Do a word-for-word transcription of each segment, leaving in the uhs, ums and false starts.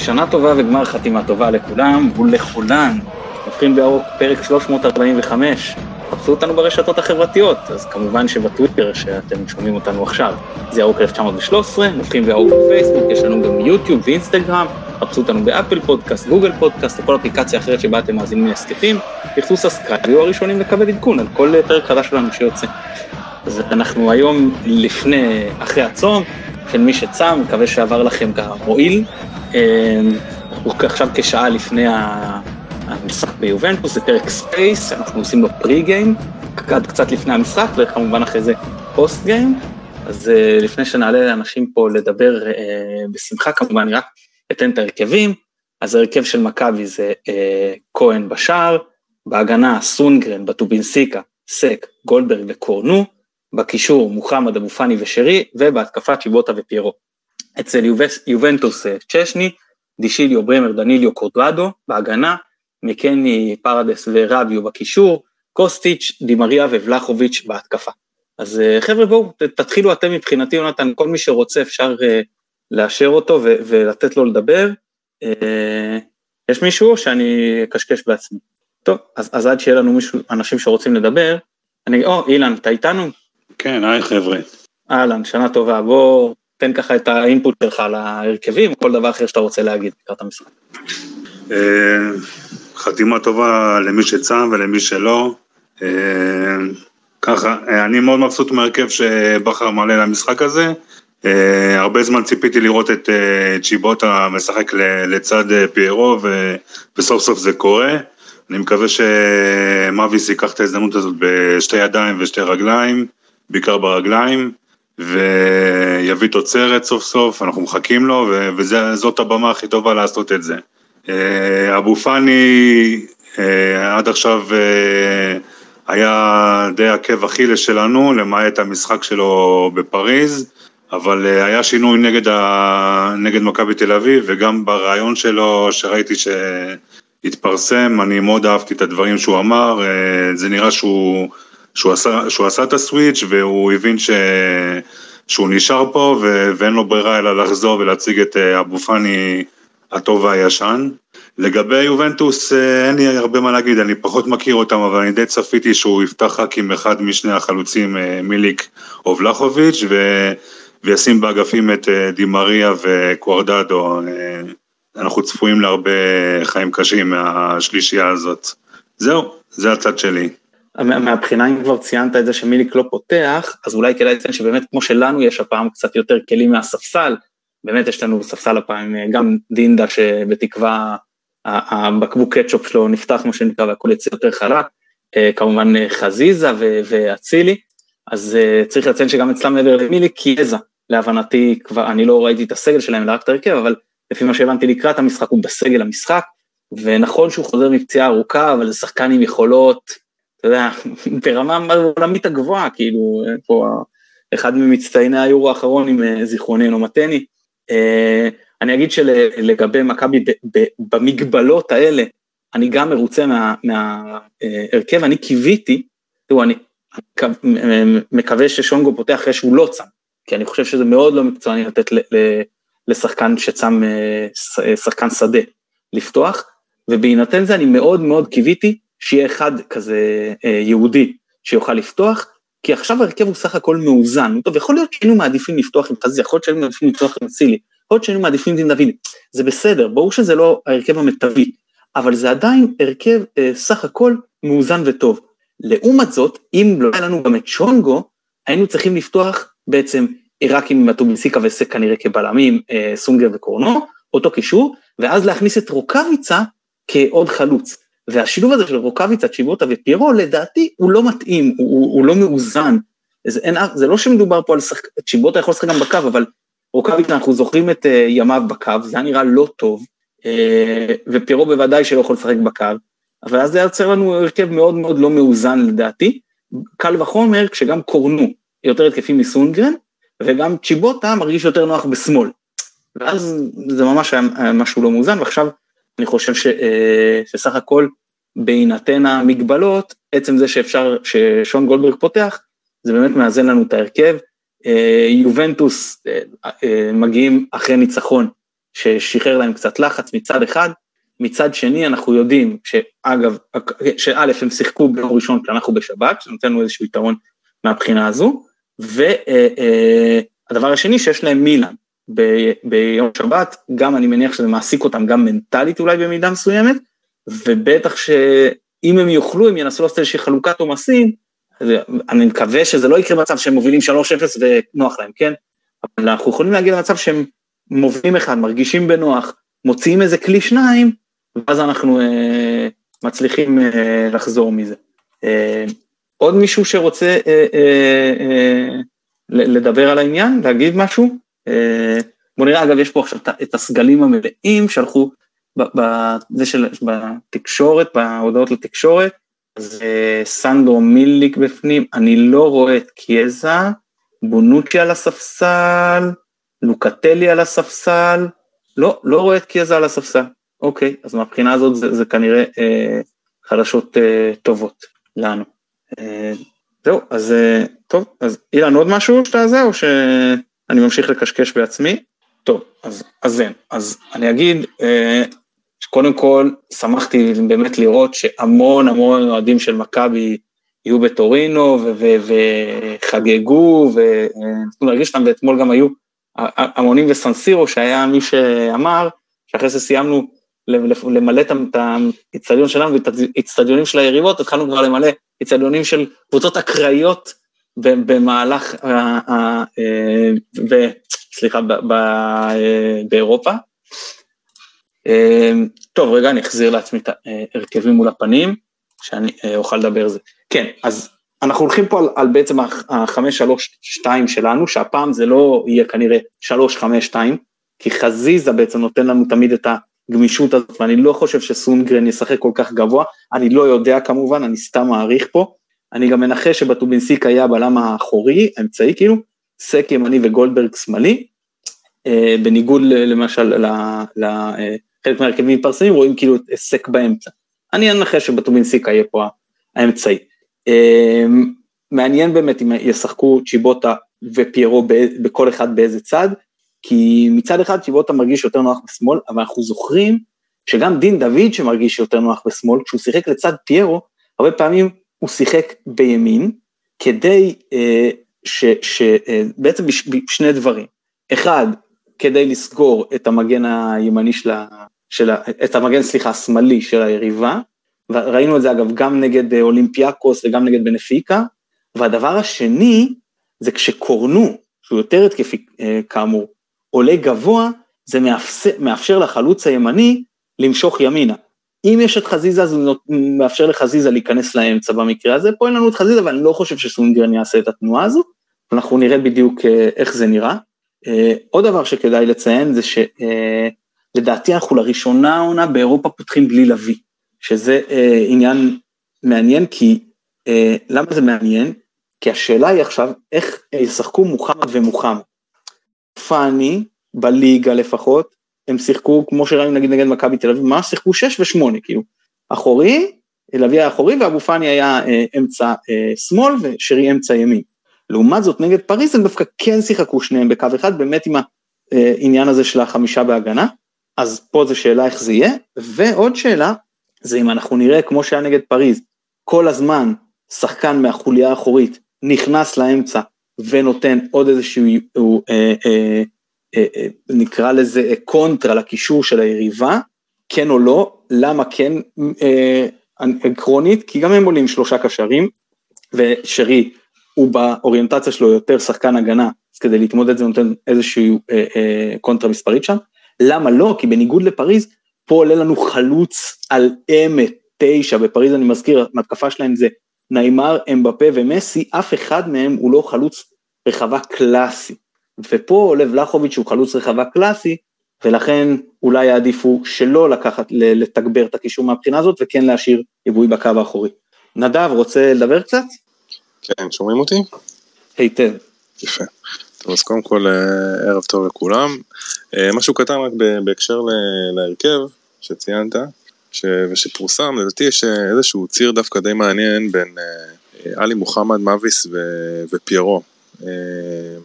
שנה טובה וגמר חתימה טובה לכולם ולכולן. הופכים בירוק פרק שלוש מאות ארבעים וחמש. חפשו אותנו ברשתות החברתיות, אז כמובן שבטוויטר שאתם שומעים אותנו עכשיו, זה ירוק אלף תשע מאות ושלוש עשרה, הופכים בירוק בפייסבוק, יש לנו גם יוטיוב ואינסטגרם, חפשו אותנו באפל פודקאסט, גוגל פודקאסט, או כל אפליקציה אחרת שבה אתם מאזינים להסכתים, תחפשו סאבסקרייב, ויהיו הראשונים לקבל עדכון על כל פרק חדש שלנו שיוצא. אז אנחנו היום לפני, אחרי הצום, של מי שצם, מקווה שעבר לכם כמועיל, הוא עכשיו כשעה לפני המשחק ביובנטוס, זה פרק ספייס, אנחנו עושים לו פרי-גיים, קצת לפני המשחק, וכמובן אחרי זה פוסט-גיים, אז לפני שנעלה לאנשים פה לדבר בשמחה, כמובן אני רק אתן את הרכבים, אז הרכב של מכבי זה כהן בשער, בהגנה סונגרן, בטובינסיקה, סק, גולדברג וקורנו, בקישור מוחמד אבו פאני ושרי, ובהתקפה צ'יבוטה ופיירו. אצל יובנטוס צ'שני, דישיליו, ברמר, דניליו, קורדואדו, בהגנה, מקני, פרדס ורביו בקישור, קוסטיץ', דימריה ובלחוביץ' בהתקפה. אז חבר'ה בואו, תתחילו אתם מבחינתי, יונתן, כל מי שרוצה אפשר לאשר אותו ו- ולתת לו לדבר. יש מישהו שאני אקשקש בעצמי. טוב, אז, אז עד שיהיה לנו מישהו, אנשים שרוצים לדבר, אני, או, אילן, אתה איתנו? כן, היי חבר'ה. אהלן, שנה טובה, בוא תן ככה את האינפוט שלך להרכבים, או כל דבר אחר שאתה רוצה להגיד לקראת המשחק. חתימה טובה למי שצם ולמי שלא. ככה, אני מאוד מבסוט מהרכב שבחר מעלה למשחק הזה. הרבה זמן ציפיתי לראות את צ'יבוטה משחק לצד פיירו, ובסוף סוף זה קורה. אני מקווה שמאביס ייקח את ההזדמנות הזאת בשתי ידיים ושתי רגליים, בעיקר ברגליים, ויביא תוצרת סוף סוף, אנחנו מחכים לו, וזאת הבמה הכי טובה לעשות את זה. אבו פאני עד עכשיו היה די עקב אכילס שלנו, למעט המשחק שלו בפריז, אבל היה שינוי נגד, ה... נגד מכבי תל אביב, וגם ברעיון שלו שראיתי שהתפרסם, אני מאוד אהבתי את הדברים שהוא אמר, זה נראה שהוא, שהוא, עשה, שהוא עשה את הסוויץ' והוא הבין ש... שהוא נשאר פה, ו... ואין לו ברירה אלא לחזור ולהציג את אבו פאני הטוב והישן. לגבי יובנטוס אין לי הרבה מה להגיד, אני פחות מכיר אותם, אבל אני די צפיתי שהוא יפתח רק עם אחד משני החלוצים, מיליק או ולחוביץ', ו... וישים באגפים את דימריה וקוורדדו. אנחנו צפויים להרבה חיים קשים מהשלישייה הזאת. זהו, זה הצד שלי. מהבחינה אם כבר ציינת את זה שמיליק לא פותח, אז אולי כדאי לציין שבאמת כמו שלנו יש הפעם קצת יותר כלים מהספסל, באמת יש לנו ספסל הפעם גם דינדה שבתקווה הבקבוק קטשופ שלו נפתח מה שנקרא והכל יצא יותר חלק, כמובן חזיזה ואצילי, אז צריך לציין שגם אצלם מעבר למיליק קיאזה, להבנתי כבר, אני לא ראיתי את הסגל שלהם, אלא רק את הרכב, אבל לפי מה שהבנתי לקראת המשחק הוא בסגל המשחק, ונכון שהוא חוזר מפציעה ארוכה, אבל זה שחקן עם יכולות, אתה יודע, ברמה עולמית הגבוהה, כאילו, פה אחד ממצטייני היורו האחרון עם זיכרוני נומתני, אני אגיד שלגבי מכבי במגבלות האלה, אני גם מרוצה מההרכב, אני קיוויתי, תראו, אני מקווה ששונגו פותח אחרי שהוא לא צם, כי אני חושב שזה מאוד לא מקצועני לתת לשחקן שצם, שחקן שדה, לפתוח, ובהינתן זה אני מאוד מאוד קיוויתי, שיהיה אחד כזה יהודי שיוכל לפתוח, כי עכשיו הרכב הוא סך הכל מאוזן, טוב, יכול להיות שהיינו מעדיפים לפתוח עם חזי, יכול להיות שהיינו מעדיפים לפתוח עם צילי, יכול להיות שהיינו מעדיפים עם דוד, זה בסדר, ברור שזה לא הרכב המטבי, אבל זה עדיין הרכב סך הכל מאוזן וטוב. לעומת זאת, אם לא היה לנו גם את שונגו, היינו צריכים לפתוח בעצם רק עם הטובינסיקה וסק כנראה כבלמים, סונגר וקורנו, אותו קישור, ואז להכניס את רוקאביצה כעוד חלוץ. והשילוב הזה של רוקאביצה, צ'יבוטה ופיירו, לדעתי הוא לא מתאים, הוא, הוא, הוא לא מאוזן. זה, אין, זה לא שמדובר פה על שחק... צ'יבוטה יכול לשחק גם בקו, אבל רוקאביצה אנחנו זוכרים את ימיו בקו, זה היה נראה לא טוב, ופיירו בוודאי שלא יכול לשחק בקו, אבל אז זה יוצר לנו הרכב מאוד מאוד לא מאוזן לדעתי, קל וחומר כשגם קורנו יותר התקפים מסונגרן, וגם צ'יבוטה מרגיש יותר נוח בשמאל, ואז זה ממש היה משהו לא מאוזן, ועכשיו אני חושב ש, שסך הכל בהינתן המגבלות, עצם זה שאפשר, ששון גולדברג פותח, זה באמת מאזן לנו את ההרכב, יובנטוס מגיעים אחרי ניצחון, ששחרר להם קצת לחץ מצד אחד, מצד שני אנחנו יודעים שאגב, שא' הם שיחקו ביום ראשון כשאנחנו בשבת, שנותנו איזשהו יתרון מהבחינה הזו, והדבר השני שיש להם מילאן, ביום שבת, גם אני מניח שזה מעסיק אותם גם מנטלית אולי במידה מסוימת, ובטח שאם הם יוכלו, הם ינסו לעשות איזושהי חלוקת עומסים, אני מקווה שזה לא יקרה מצב שהם מובילים שלוש אפס ונוח להם, כן? אבל אנחנו יכולים להגיד למצב שהם מובילים אחד, מרגישים בנוח, מוציאים איזה כלי שניים, ואז אנחנו אה, מצליחים אה, לחזור מזה. אה, עוד מישהו שרוצה אה, אה, אה, לדבר על העניין, להגיד משהו? אה, בוא נראה, אגב, יש פה עכשיו את הסגלים המלאים, שהלכו בזה של, בתקשורת, בהודעות לתקשורת, אז אה, סנדרו מיליק בפנים, אני לא רואה את קיאזה, בונוצ'י על הספסל, לוקטלי על הספסל, לא, לא רואה את קיאזה על הספסל. אוקיי, אז מהבחינה הזאת זה, זה כנראה אה, חדשות אה, טובות לנו. אה, זהו, אז אה, טוב, אז אילן עוד משהו שאתה זה, או שאני ממשיך לקשקש בעצמי? טוב, אז, אז אין, אז אני אגיד, אה, שקודם כל שמחתי באמת לראות שהמון המון אוהדים של מכבי יהיו בטורינו וחגגו, ונתנו להרגיש אותם, ואתמול גם היו המונים וסנסירו, שהיה מי שאמר, שאחרי זה סיימנו למלא את האצטדיון שלנו, ואת האצטדיונים של היריבות, התחלנו כבר למלא אצטדיונים של קבוצות אקראיות, במהלך, סליחה, באירופה. טוב, רגע, אני אחזיר לעצמי את ההרכבים מול הפנים, שאני אוכל לדבר על זה. כן, אז אנחנו הולכים פה על, על בעצם ה-חמש שלוש שתיים שלנו, שהפעם זה לא יהיה כנראה שלוש חמש שתיים, כי חזיזה בעצם נותן לנו תמיד את הגמישות הזאת, ואני לא חושב שסונגרן ישחק כל כך גבוה, אני לא יודע כמובן, אני סתם מעריך פה, אני גם מנחש שבטובינסיק היה בלם האחורי, האמצעי כאילו, סק ימני וגולדברג שמאלי, אה, בניגוד למשל לחלק מהרכבים פרסמים, רואים כאילו סק באמצע, אני אנחש שבטובינסיק היה פה האמצעי, אה, מעניין באמת אם ישחקו צ'יבוטה ופיירו בכל אחד באיזה צד, כי מצד אחד צ'יבוטה מרגיש יותר נוח בשמאל, אבל אנחנו זוכרים שגם דין דוד שמרגיש יותר נוח בשמאל, כשהוא שיחק לצד פיירו, הרבה פעמים הוא שיחק בימין, כדי אה, ש, ש, אה, בעצם בשני דברים, אחד, כדי לסגור את המגן הימני של, של את המגן, סליחה, השמאלי של היריבה, וראינו את זה אגב גם נגד אולימפיאקוס וגם נגד בנפיקה, והדבר השני, זה כשקורנו, שהוא יותר התקפי אה, כאמור, עולה גבוה, זה מאפשר, מאפשר לחלוץ הימני למשוך ימינה. אם יש את חזיזה, זה מאפשר לחזיזה להיכנס לאמצע במקרה הזה, פה אין לנו את חזיזה, ואני לא חושב שסונגרן יעשה את התנועה הזו, אנחנו נראה בדיוק איך זה נראה. עוד דבר שכדאי לציין, זה שלדעתי אנחנו לראשונה עונה באירופה פותחים בלי לוי, שזה עניין מעניין, כי למה זה מעניין? כי השאלה היא עכשיו, איך ישחקו מוחמד ומוחמד. פאני, בליגה לפחות, הם שיחקו, כמו שראינו נגיד נגד מכבי תל אביב, מה? שיחקו שש ושמונה, כאילו. אחורי, לוי האחורי, ואבו פאני היה אה, אמצע אה, שמאל, ושרי אמצע ימין. לעומת זאת, נגד פריז, הם דווקא כן שיחקו שניהם בקו אחד, באמת עם העניין הזה של החמישה בהגנה, אז פה זו שאלה איך זה יהיה, ועוד שאלה, זה אם אנחנו נראה, כמו שהיה נגד פריז, כל הזמן, שחקן מהחוליה האחורית, נכנס לאמצע, ונותן עוד איזשהו, אה, אה, נקרא לזה קונטרה לקישור של היריבה, כן או לא, למה כן עקרונית, כי גם הם עולים שלושה קשרים, ושרי הוא באוריינטציה שלו יותר שחקן הגנה, אז כדי להתמודד זה נותן איזשהו קונטרה מספרית שם, למה לא? כי בניגוד לפריז, פה עולה לנו חלוץ על אמת תשע, בפריז אני מזכיר, המתקפה שלהם זה ניימר, אמבפה ומסי, אף אחד מהם הוא לא חלוץ רחבה קלאסי, ופה עולה ולחוביץ' הוא חלוץ רחבה קלאסי, ולכן אולי יעדיפו שלא לקחת, לתגבר את הקישור מהבחינה הזאת, וכן להשאיר עיבוי בקו האחורי. נדב, רוצה לדבר קצת? כן, שומעים אותי? היטב. יפה. טוב, אז קודם כל, ערב טוב לכולם. משהו קטן רק בהקשר להרכב שציינת, ושפורסם, לדעתי יש איזשהו ציר דווקא די מעניין, בין אלי מוחמד, מאביס ופיירו.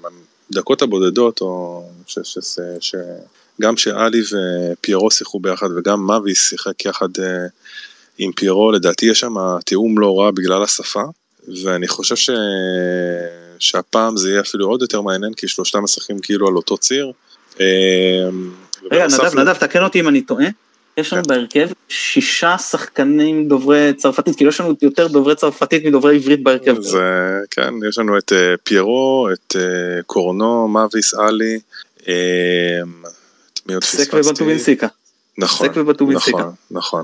בדקות הבודדות, או ש, ש, ש, ש, גם שאלי ופיירו שיחקו ביחד, וגם מאביס שיחק יחד עם פיירו, לדעתי יש שם תיאום לא רע בגלל השפה, ואני חושב ש... שהפעם זה יהיה אפילו עוד יותר מעניין, כי שלושתם משחקים כאילו על אותו ציר. רגע, נדב, נדב, תקן אותי אם אני טועה, יש לנו בהרכב שישה שחקנים דוברי צרפתית, כאילו יש לנו יותר דוברי צרפתית מדוברי עברית בהרכב. זה, כן, יש לנו את פיירו, את קורנו, מאביס, אלי, סק ובטובינסיקה. נכון, נכון, נכון.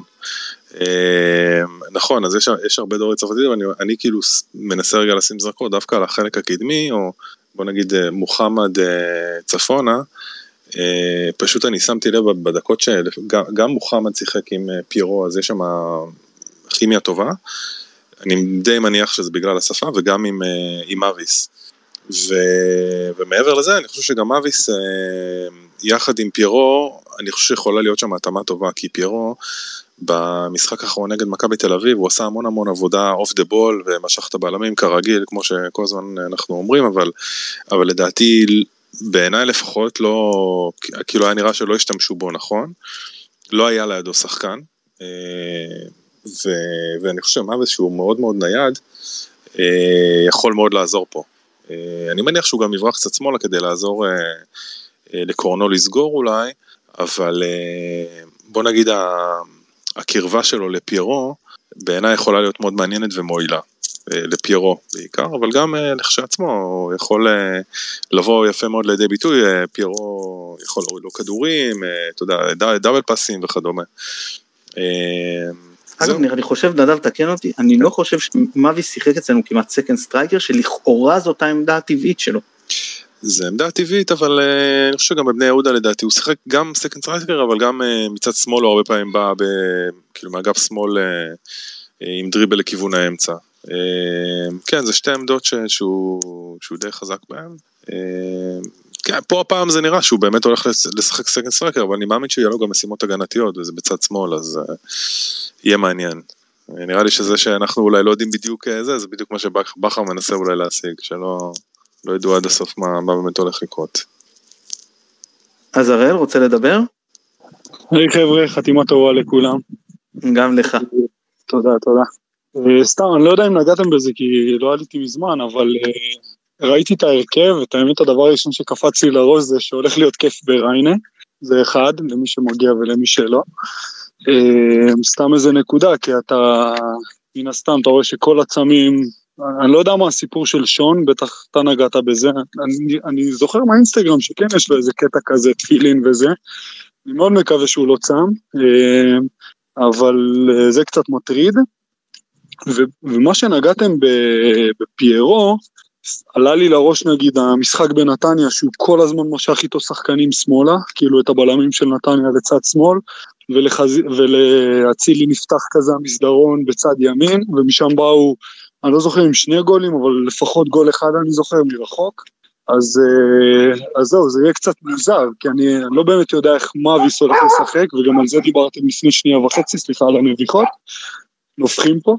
נכון, אז יש, יש הרבה דוברי צרפתית, אבל אני, אני כאילו מנסה רגע לשים זרקור דווקא על החלק הקדמי, או בוא נגיד מוחמד צפונה, פשוט אני שמתי לב בדקות שגם מוחמד שיחק עם פיירו, אז יש שם כימיה טובה, אני די מניח שזה בגלל השפה, וגם עם, עם אביס. ו, ומעבר לזה, אני חושב שגם אביס, יחד עם פיירו, אני חושב שיכולה להיות שם התאמה טובה, כי פיירו, במשחק האחרון נגד מכבי תל אביב, הוא עשה המון המון עבודה אוף דה בול, ומשך את הבעלמים כרגיל, כמו שכל הזמן אנחנו אומרים, אבל, אבל לדעתי, בעיניי לפחות, לא, כאילו היה נראה שלא השתמשו בו נכון, לא היה לידו שחקן, ו, ואני חושב שמאביס שהוא מאוד מאוד נייד, יכול מאוד לעזור פה. אני מניח שהוא גם יברח קצת שמאלה, כדי לעזור לקורנו לסגור אולי, אבל בוא נגיד הקרבה שלו לפיירו, בעיניי יכולה להיות מאוד מעניינת ומועילה, לפיירו בעיקר, אבל גם לכשעצמו, הוא יכול לבוא יפה מאוד לידי ביטוי, פיירו יכול להוריד לו כדורים, אתה יודע, דאבל פסים וכדומה. אגב, אני חושב, נדב, תקן אותי, אני לא חושב שמאביס שיחק אצלנו כמעט סקנד סטרייקר, שלכאורה זאת העמדה הטבעית שלו. זה עמדה טבעית, אבל אני חושב שגם בבני יהודה לדעתי, הוא שיחק גם סקנד סטרייקר, אבל גם מצד שמאל הוא הרבה פעמים בא, כאילו מאגף שמאל עם דריבל לכיוון האמצע. כן, זה שתי עמדות שהוא די חזק בהן. כן, פה הפעם זה נראה שהוא באמת הולך לשחק סקנד סטרייקר, אבל אני מאמין שיהיה לו גם משימות הגנתיות, וזה בצד שמאל, אז יהיה מעניין. נראה לי שזה שאנחנו אולי לא יודעים בדיוק זה, זה בדיוק מה שבחר מנסה אולי להשיג, שלא לא ידעו עד הסוף מה, מה באמת הולך לקרות. אז הראל, רוצה לדבר? היי חבר'ה, חתימה טובה לכולם. גם לך. תודה, תודה. סתם, אני לא יודע אם נגעתם בזה, כי לא עליתי מזמן, אבל ראיתי את ההרכב, את האמת הדבר הראשון שקפץ לי לראש זה שהולך להיות כיף בריינה, זה אחד, למי שמגיע ולמי שלא. סתם איזה נקודה, כי אתה, מן הסתם, אתה רואה שכל עצמים, אני לא יודע מה הסיפור של שון, בטח אתה נגעת בזה, אני, אני זוכר מהאינסטגרם שכן יש לו איזה קטע כזה, תפילין וזה, אני מאוד מקווה שהוא לא צם, אבל זה קצת מטריד, ומה שנגעתם בפיירו, עלה לי לראש נגיד המשחק בנתניה, שהוא כל הזמן משך איתו שחקנים שמאלה, כאילו את הבלמים של נתניה לצד שמאל, ולהצילי נפתח כזה המסדרון בצד ימין, ומשם באו, אני לא זוכר עם שני גולים, אבל לפחות גול אחד אני זוכר מרחוק, אז, אז זהו, זה יהיה קצת מוזר, כי אני לא באמת יודע איך מאביס הולך לשחק, וגם על זה דיברתם לפני שנייה וחצי, סליחה על הנביחות, נופחים פה,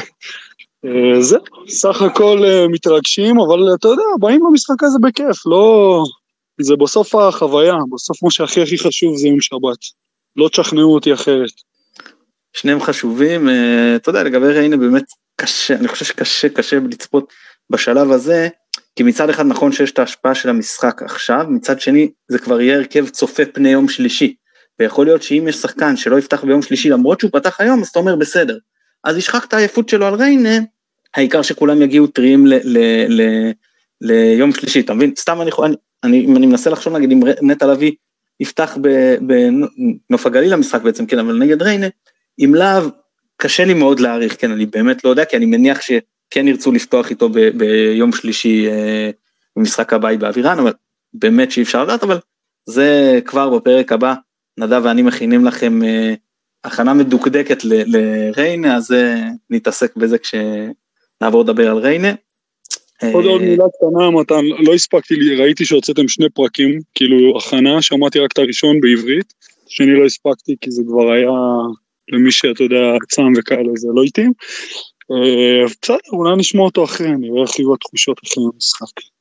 זהו, סך הכל מתרגשים, אבל אתה יודע, באים למשחק הזה בכיף, לא, זה בסוף החוויה, בסוף מה שהכי הכי חשוב זה יום שבת, לא תשכנעו אותי אחרת. שניהם חשובים, אתה יודע, לגבי ריינה באמת קשה, אני חושב שקשה, קשה לצפות בשלב הזה, כי מצד אחד נכון שיש את ההשפעה של המשחק עכשיו, מצד שני זה כבר יהיה הרכב צופה פני יום שלישי, ויכול להיות שאם יש שחקן שלא יפתח ביום שלישי, למרות שהוא פתח היום, אז אתה אומר בסדר, אז ישחק את העייפות שלו על ריינה, העיקר שכולם יגיעו טריים ל, ל, ל, ליום שלישי, אתה מבין? סתם אני, אני, אני, אני מנסה לחשוב נגיד, אם נטע לביא יפתח בנוף הגליל המשחק בעצם, כן, אבל נגד ריינה, עם להב, קשה לי מאוד להעריך, כן, אני באמת לא יודע, כי אני מניח שכן ירצו לפתוח איתו ב, ביום שלישי אה, במשחק הבית באווירן, אבל באמת שאי אפשר לדעת, אבל זה כבר בפרק הבא, נדב ואני מכינים לכם אה, הכנה מדוקדקת ל, לריינה, אז אה, נתעסק בזה כשנעבור לדבר על ריינה. עוד עוד מילה קטנה, מתן, לא הספקתי לי, ראיתי שהוצאתם שני פרקים, כאילו הכנה, שמעתי רק את הראשון בעברית, שני לא הספקתי כי זה כבר היה למי שאתה יודע, צם וכאלה, זה לא איתי. בסדר, אולי נשמע אותו אחרי, אני רואה איך יהיו התחושות אחרי המשחק.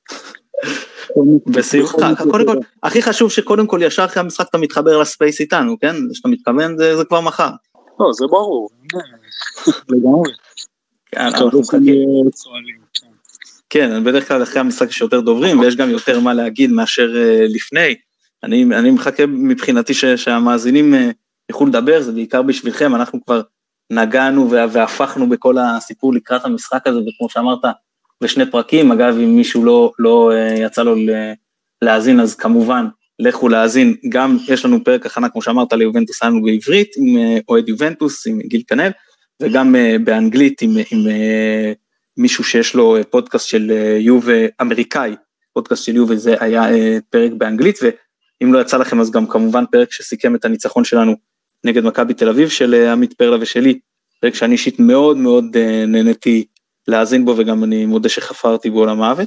בשמחה, קודם כל, הכי חשוב שקודם כל ישר אחרי המשחק אתה מתחבר לספייס איתנו, כן? שאתה מתכוון, זה כבר מחר. לא, זה ברור, לגמרי. כן, אנחנו מחכים. כן, בדרך כלל אחרי המשחק יש יותר דוברים, ויש גם יותר מה להגיד מאשר לפני. אני, אני מחכה מבחינתי שהמאזינים יוכלו לדבר, זה בעיקר בשבילכם, אנחנו כבר נגענו והפכנו בכל הסיפור לקראת המשחק הזה, וכמו שאמרת, בשני פרקים, אגב, אם מישהו לא, לא יצא לו להאזין, אז כמובן, לכו להאזין, גם יש לנו פרק הכנה, כמו שאמרת, ליובנטוס שלנו בעברית, עם אוהד יובנטוס, עם גיל קנל, וגם באנגלית, עם, עם מישהו שיש לו פודקאסט של יובה אמריקאי, פודקאסט של יובה, זה היה פרק באנגלית, ואם לא יצא לכם, אז גם כמובן פרק שסיכם את הניצחון שלנו, נגד מכבי תל אביב, של עמית פרלה ושלי, פרק שאני אישית מאוד מאוד נהניתי להאזין בו, וגם אני מודה שחפרתי בו למוות.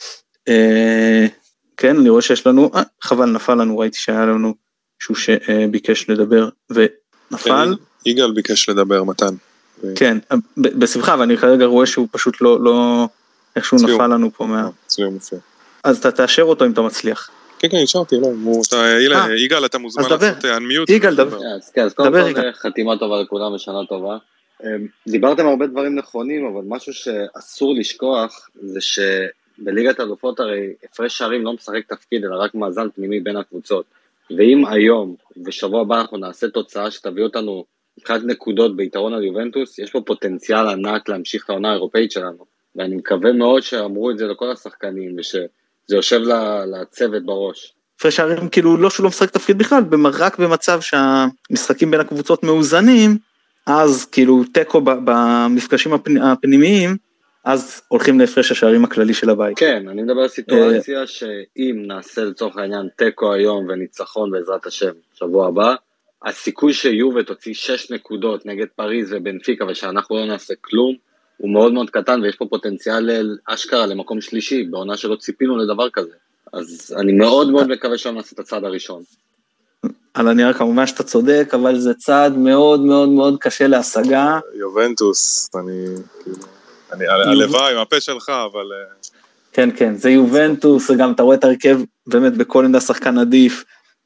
כן, אני רואה שיש לנו, חבל נפל לנו, ראיתי שהיה לנו שהוא שביקש לדבר, ונפל. יגאל ביקש לדבר, מתן. כן, בשמחה, ואני כרגע רואה שהוא פשוט לא, איכשהו נפל לנו פה מה... צביע מופיע. אז אתה תאשר אותו אם אתה מצליח. כן, כן, נשארתי, לא, יגאל, אתה מוזמן לעשות אנמיוט. יגאל, דבר. אז קודם כל, חתימה טובה לכולם ושנה טובה. דיברתם הרבה דברים נכונים, אבל משהו שאסור לשכוח, זה שבליגת האלופות הרי הפרש שערים לא משחק תפקיד, אלא רק מאזן פנימי בין הקבוצות. ואם היום, ושבוע הבא אנחנו נעשה תוצאה שתביא אותנו מבחינת נקודות ביתרון על יובנטוס, יש פה פוטנציאל ענק להמשיך את העונה האירופאית שלנו. ואני מקווה מאוד שאמרו את זה לכל השחקנים, ושזה יושב לצוות בראש. הפרש שערים כאילו לא שהוא לא משחק תפקיד בכלל, רק במצב שהמשחקים בין הקבוצות מאוזנים, אז כאילו טקו במפגשים הפנימיים, אז הולכים להפרש השערים הכללי של הבית. כן, אני מדבר על סיטואציה שאם נעשה לצורך העניין טקו היום וניצחון בעזרת השם שבוע הבא, הסיכוי שיובה תוציא שש נקודות נגד פריז ובנפיקה ושאנחנו לא נעשה כלום, הוא מאוד מאוד קטן ויש פה פוטנציאל אשכרה למקום שלישי, בעונה שלא ציפינו לדבר כזה. אז אני מאוד מאוד מקווה שם נעשה את הצעד הראשון. על הנייר כמובן שאתה צודק, אבל זה צעד מאוד מאוד מאוד קשה להשגה. יובנטוס, אני, אני, הלוואי, מהפה שלך, אבל... כן, כן, זה יובנטוס, גם אתה רואה את הרכב, באמת בכל עמדה שחקן עדיף,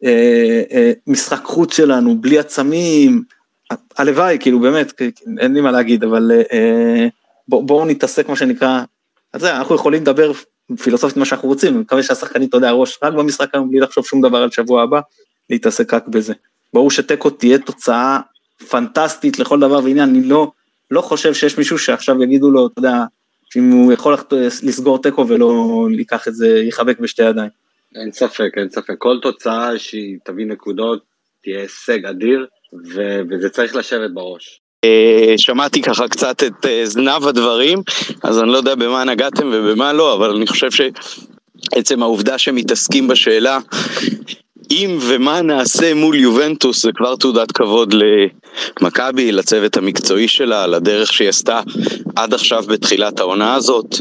משחק חוץ שלנו, בלי עצמים, הלוואי, כאילו באמת, אין לי מה להגיד, אבל בואו נתעסק מה שנקרא, אז זה, אנחנו יכולים לדבר פילוסופית מה שאנחנו רוצים, אני מקווה שהשחקנית תודה הראש רק במשחק היום, בלי לחשוב שום דבר על שבוע הבא, להתעסק רק בזה. ברור שטקו תהיה תוצאה פנטסטית לכל דבר ועניין, אני לא, לא חושב שיש מישהו שעכשיו יגידו לו, אתה יודע, שאם הוא יכול לסגור טקו ולא ייקח את זה, יחבק בשתי ידיים. אין ספק, אין ספק. כל תוצאה שהיא תביא נקודות, תהיה הישג אדיר, ו- וזה צריך לשבת בראש. שמעתי ככה קצת את זנב הדברים, אז אני לא יודע במה נגעתם ובמה לא, אבל אני חושב שעצם העובדה שמתעסקים בשאלה, אם ומה נעשה מול יובנטוס, זה כבר תעודת כבוד למכבי, לצוות המקצועי שלה, לדרך שהיא עשתה עד עכשיו בתחילת העונה הזאת.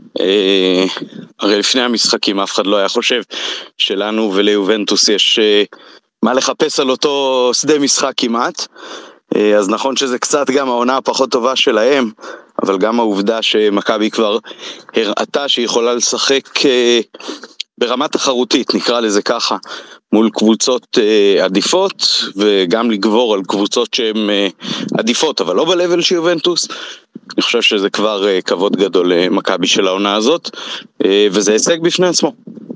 הרי לפני המשחקים אף אחד לא היה חושב שלנו וליובנטוס יש מה לחפש על אותו שדה משחק כמעט, אז נכון שזה קצת גם העונה הפחות טובה שלהם, אבל גם העובדה שמכבי כבר הראתה שהיא יכולה לשחק ברמה תחרותית, נקרא לזה ככה, מול קבוצות עדיפות, וגם לגבור על קבוצות שהן עדיפות, אבל לא בלבל של יובנטוס. אני חושב שזה כבר כבוד גדול למכבי של העונה הזאת, וזה הישג בפני עצמו.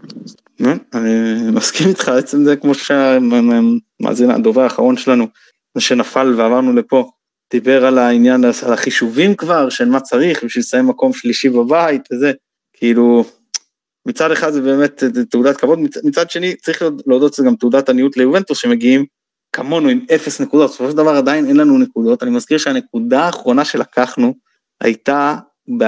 אני מסכים איתך, בעצם זה כמו שהמאזין הדובר האחרון שלנו, זה שנפל ועברנו לפה, דיבר על העניין, על החישובים כבר, של מה צריך, בשביל לסיים מקום שלישי בבית, וזה, כאילו, מצד אחד זה באמת תעודת כבוד, מצד שני צריך להודות שזה גם תעודת עניות ליובנטוס, שמגיעים כמונו עם אפס נקודות, בסופו של דבר עדיין אין לנו נקודות, אני מזכיר שהנקודה האחרונה שלקחנו, הייתה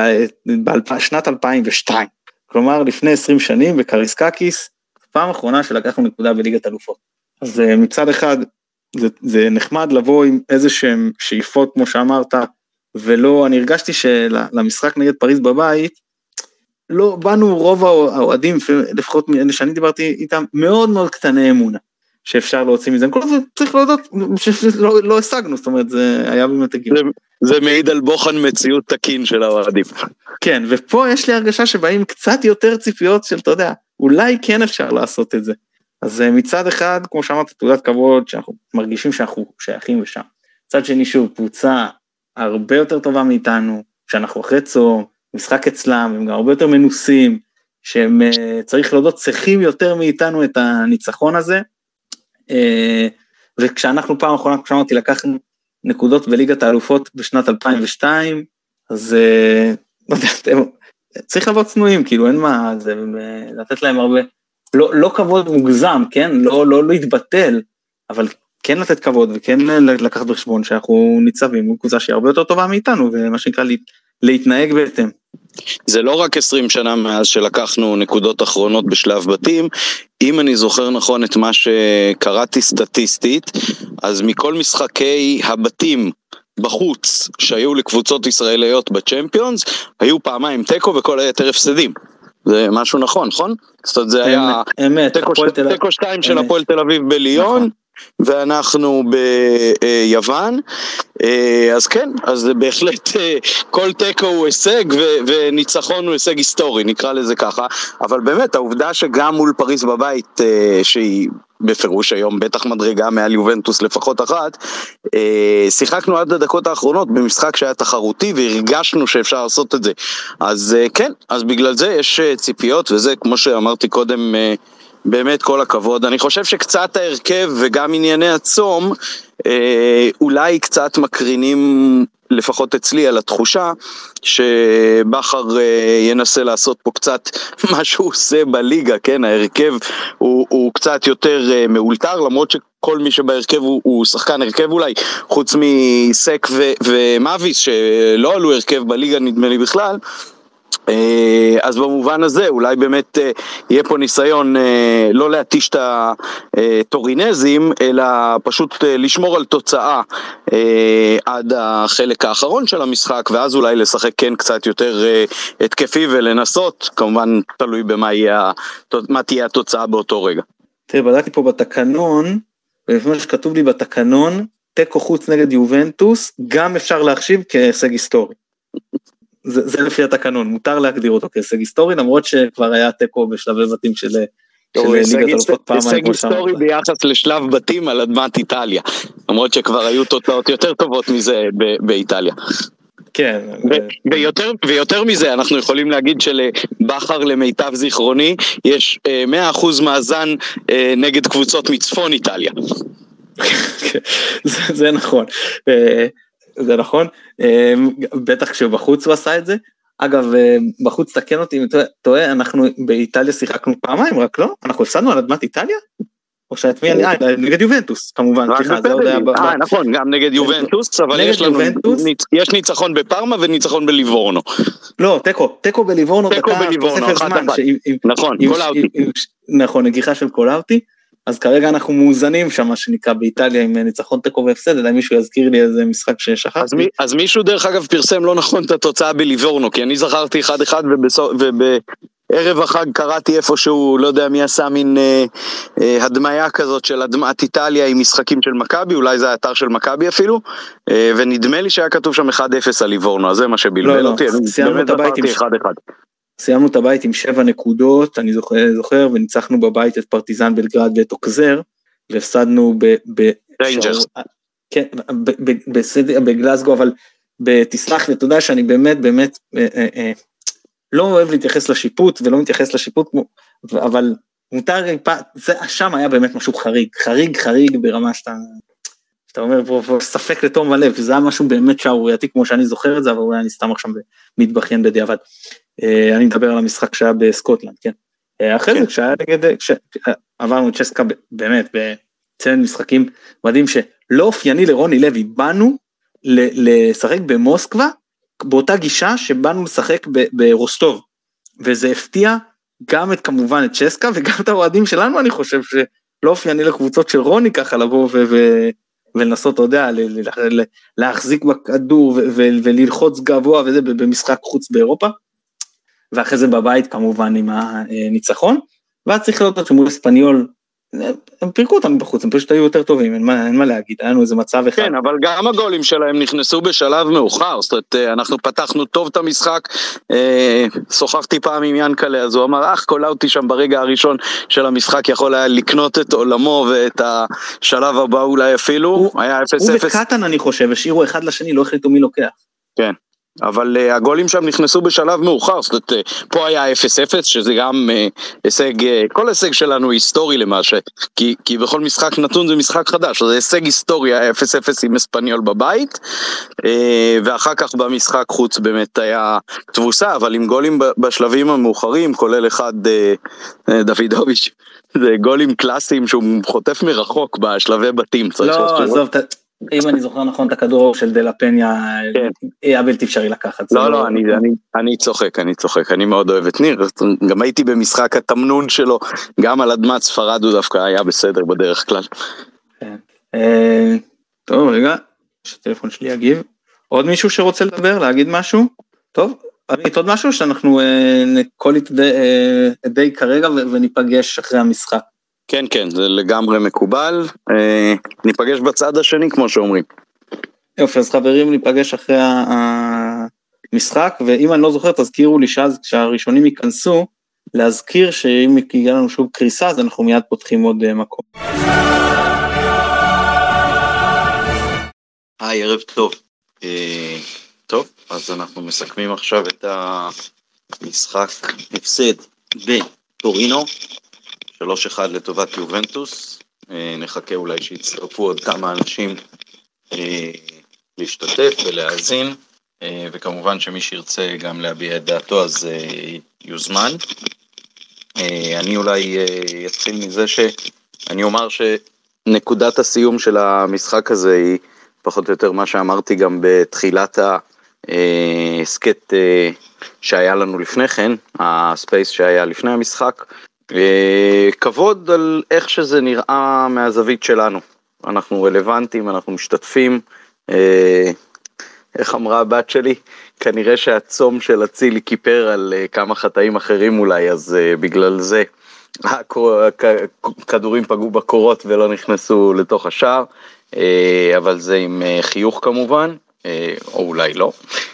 בשנת אלפיים ושתיים, כלומר לפני עשרים שנים, בקריסקקיס, פעם האחרונה שלקחנו נקודה בליגת אלופות, אז מצד אחד, זה, זה נחמד לבוא עם איזה שהם שאיפות, כמו שאמרת, ולא, אני הרגשתי שלמשחק נגד פריז בבית, לא, באנו רוב האוהדים, לפחות שאני דיברתי איתם, מאוד מאוד קטני אמונה, שאפשר להוציא מזה, כל זה צריך להודות, שלא לא השגנו, זאת אומרת, זה היה באמת הגיל. זה, זה מעיד על בוחן מציאות תקין של האוהדים. כן, ופה יש לי הרגשה שבאים קצת יותר ציפיות של, אתה יודע, אולי כן אפשר לעשות את זה. אז מצד אחד, כמו שאמרת, תעודת כבוד, שאנחנו מרגישים שאנחנו שייכים ושם. מצד שני, שוב, קבוצה הרבה יותר טובה מאיתנו, שאנחנו אחרי צום, משחק אצלם, הם גם הרבה יותר מנוסים, שהם צריך להודות, צריכים יותר מאיתנו את הניצחון הזה, וכשאנחנו פעם אחרונה, כמו שאמרתי, לקחנו נקודות בליגת האלופות בשנת אלפיים ושתיים, אז לא יודע, צריך לבוא צנועים, כאילו אין מה, זה לתת להם הרבה, לא, לא כבוד מוגזם, כן, לא, לא, לא להתבטל, אבל כן לתת כבוד, וכן לקחת בחשבון שאנחנו ניצבים, הוא קבוצה שהיא הרבה יותר טובה מאיתנו, ומה שנקרא להתנהג בהתאם. זה לא רק עשרים שנה מאז שלקחנו נקודות אחרונות בשלב בתים, אם אני זוכר נכון את מה שקראתי סטטיסטית, אז מכל משחקי הבתים בחוץ שהיו לקבוצות ישראליות בצ'מפיונס, היו פעמיים טקו וכל היתר הפסדים. זה משהו נכון, נכון? זאת אומרת, זה היה טקו שתיים של הפועל תל אביב בליון, ואנחנו ביוון, אז כן, אז זה בהחלט כל טקו הוא הישג וניצחון הוא הישג היסטורי, נקרא לזה ככה, אבל באמת העובדה שגם מול פריז בבית, שהיא בפירוש היום בטח מדרגה מעל יובנטוס לפחות אחת, שיחקנו עד הדקות האחרונות במשחק שהיה תחרותי והרגשנו שאפשר לעשות את זה, אז כן, אז בגלל זה יש ציפיות, וזה כמו שאמרתי קודם, באמת כל הכבוד. אני חושב שקצת ההרכב וגם ענייני הצום אה, אולי קצת מקרינים לפחות אצלי על התחושה שבחר אה, ינסה לעשות פה קצת מה שהוא עושה בליגה, כן, ההרכב הוא, הוא קצת יותר אה, מאולתר, למרות שכל מי שבהרכב הוא, הוא שחקן הרכב אולי, חוץ מסק ו- ומאביס שלא עלו הרכב בליגה נדמה לי בכלל, אז במובן הזה אולי באמת יהיה פה ניסיון לא להתיש את הטורינזים, אלא פשוט לשמור על תוצאה עד החלק האחרון של המשחק, ואז אולי לשחק כן קצת יותר התקפי ולנסות, כמובן תלוי במה יהיה, מה תהיה התוצאה באותו רגע. תראה, בדקתי פה בתקנון, ולפני שכתוב לי בתקנון, טקו חוץ נגד יובנטוס, גם אפשר להחשיב כהישג היסטורי. זה, זה לפי התקנון, מותר להגדיר אותו כהישג היסטורי, למרות שכבר היה טקו בשלבי בתים של ליגת אלופות פעמיים. הישג היסטורי ביחס לשלב בתים על אדמת איטליה, למרות שכבר היו תוצאות יותר טובות מזה באיטליה. כן. ויותר, ויותר מזה, אנחנו יכולים להגיד שלבחר למיטב זיכרוני, יש מאה אחוז מאזן נגד קבוצות מצפון איטליה. זה, זה נכון. זה נכון, בטח כשבחוץ הוא עשה את זה, אגב, בחוץ תקן אותי, תוהה, אנחנו באיטליה שיחקנו פעמיים, רק לא? אנחנו הפסדנו על אדמת איטליה? או שאת מי, נגד יובנטוס, כמובן, אה, נכון, גם נגד יובנטוס, אבל יש ניצחון בפרמה וניצחון בליבורנו. לא, טקו, טקו בליבורנו, טקו בליבורנו, נכון, קולאוטי. נכון, נגיחה של קולאוטי, אז כרגע אנחנו מאוזנים שם, מה שנקרא באיטליה, עם ניצחון תיקו והפסד, אולי מישהו יזכיר לי איזה משחק ששכחתי. אז, מי, אז מישהו דרך אגב פרסם לא נכון את התוצאה בליבורנו, כי אני זכרתי אחד אחד, ובערב החג קראתי איפשהו, לא יודע מי עשה מין אה, אה, הדמיה כזאת של אדמת איטליה עם משחקים של מכבי, אולי זה האתר של מכבי אפילו, אה, ונדמה לי שהיה כתוב שם אחד אפס על ליבורנו, אז זה מה שבלבל לא, אותי, לא, אני באמת זכרתי אחד אחד. סיימנו את הבית עם שבע נקודות, אני זוכר, זוכר, וניצחנו בבית את פרטיזן בלגרד ואת אוקזר, והפסדנו ב... ריינג'רס. כן, בגלסגו, אבל תסלח לי, אתה יודע שאני באמת, באמת, לא אוהב להתייחס לשיפוט, ולא מתייחס לשיפוט, אבל מותר, שם היה באמת משהו חריג, חריג, חריג ברמה שאתה, אתה אומר, פה ספק לתום הלב, זה היה משהו באמת שערורייתי, כמו שאני זוכר את זה, אבל אולי אני סתם עכשיו מתבכיין בדיעבד. אני מדבר על המשחק שהיה בסקוטלנד, כן. אחרי זה, כשהיה נגד, כשעברנו צ'סקה, באמת, בציין משחקים מדהים, שלא אופייני לרוני לוי, באנו לשחק במוסקבה, באותה גישה שבאנו לשחק ברוסטוב, וזה הפתיע גם את, כמובן, את צ'סקה, וגם את האוהדים שלנו, אני חושב שלא אופייני לקבוצות של רוני, ככה לבוא ו... ולנסות, אתה יודע, להחזיק בכדור וללחוץ גבוה וזה במשחק חוץ באירופה, ואחרי זה בבית כמובן עם הניצחון, ואז צריך לראות שמול אספניול הם פירקו אותם בחוץ, הם פשוט היו יותר טובים, אין מה, אין מה להגיד, היה לנו איזה מצב אחד. כן, אבל גם הגולים שלהם נכנסו בשלב מאוחר, זאת אומרת, אנחנו פתחנו טוב את המשחק, שוחחתי פעם עם ינקלה, אז הוא אמר, אך, קולה אותי שם ברגע הראשון של המשחק, יכול היה לקנות את עולמו, ואת השלב הבא אולי אפילו, הוא, היה אפס אפס. הוא וקטן אני חושב, השאירו אחד לשני, לא החליטו מי לוקח. כן. אבל uh, הגולים שם נכנסו בשלב מאוחר, זאת אומרת, uh, פה היה אפס אפס, שזה גם uh, הישג, uh, כל הישג שלנו היסטורי למעשה, כי, כי בכל משחק נתון זה משחק חדש, זה הישג היסטורי, היה אפס אפס עם אספניול בבית, uh, ואחר כך במשחק חוץ באמת היה תבוסה, אבל עם גולים בשלבים המאוחרים, כולל אחד uh, דוידוביץ', זה גולים קלאסיים שהוא חוטף מרחוק בשלבי בתים. לא, עזוב, אם אני זוכר נכון את הכדור של דלה פניה, היה בלתי אפשרי לקחת. לא, לא, אני צוחק, אני צוחק, אני מאוד אוהב את ניר, גם הייתי במשחק התמנון שלו, גם על אדמת ספרד הוא דווקא היה בסדר בדרך כלל. טוב, רגע, שהטלפון שלי יגיב. עוד מישהו שרוצה לדבר, להגיד משהו? טוב, עמית, עוד משהו שאנחנו נקול את די כרגע וניפגש אחרי המשחק. כן, כן, זה לגמרי מקובל, אה, ניפגש בצד השני כמו שאומרים. יופי, אז חברים ניפגש אחרי המשחק, ואם אני לא זוכר תזכירו לי שאז כשהראשונים ייכנסו, להזכיר שאם יגיע לנו שוב קריסה, אז אנחנו מיד פותחים עוד uh, מקום. היי, ערב טוב. אה, טוב, אז אנחנו מסכמים עכשיו את המשחק הפסד בטורינו, שלוש אחד לטובת יובנטוס, נחכה אולי שיצטרפו עוד כמה אנשים להשתתף ולהאזין, וכמובן שמי שירצה גם להביע את דעתו אז יוזמן. אני אולי אתחיל מזה שאני אומר שנקודת הסיום של המשחק הזה היא פחות או יותר מה שאמרתי גם בתחילת הסקט שהיה לנו לפני כן, הספייס שהיה לפני המשחק, כבוד על איך שזה נראה מהזווית שלנו, אנחנו רלוונטיים, אנחנו משתתפים, איך אמרה הבת שלי, כנראה שהצום של הצילי כיפר על כמה חטאים אחרים אולי, אז בגלל זה הכדורים פגעו בקורות ולא נכנסו לתוך השער, אבל זה עם חיוך כמובן, או אולי לא,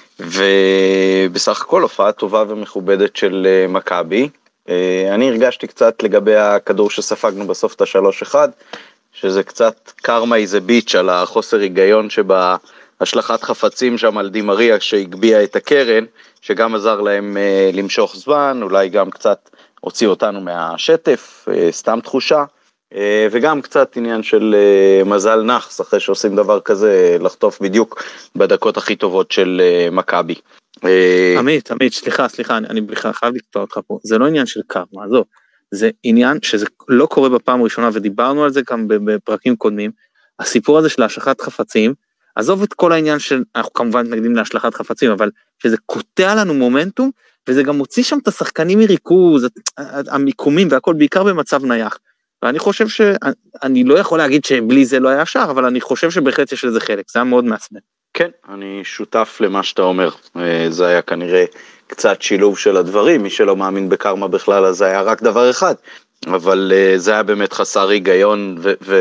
ובסך הכל הופעה טובה ומכובדת של מכבי. אני הרגשתי קצת לגבי הכדור שספגנו בסוף את ה-שלוש אחד, שזה קצת קרמה איזה ביץ' על החוסר היגיון שבהשלכת חפצים שם על דימריה שהגביע את הקרן, שגם עזר להם למשוך זמן, אולי גם קצת הוציא אותנו מהשטף, סתם תחושה, וגם קצת עניין של מזל נחס, אחרי שעושים דבר כזה, לחטוף בדיוק בדקות הכי טובות של מכבי. עמית, עמית, סליחה, סליחה, אני בכלל חייב לקטוע אותך פה, זה לא עניין של קרמה, עזוב, זה עניין שזה לא קורה בפעם הראשונה, ודיברנו על זה גם בפרקים קודמים, הסיפור הזה של השלכת חפצים, עזוב את כל העניין של, אנחנו כמובן מתנגדים להשלכת חפצים, אבל שזה קוטע לנו מומנטום, וזה גם מוציא שם את השחקנים מריכוז, המיקומים והכל, בעיקר במצב נייח, ואני חושב שאני לא יכול להגיד שבלי זה לא היה שער, אבל אני חושב שבהחלט יש לזה חלק, זה היה מאוד מעצבן. כן, אני שותף למה שאתה אומר, זה היה כנראה קצת שילוב של הדברים, מי שלא מאמין בקרמה בכלל, אז זה היה רק דבר אחד, אבל זה היה באמת חסר היגיון,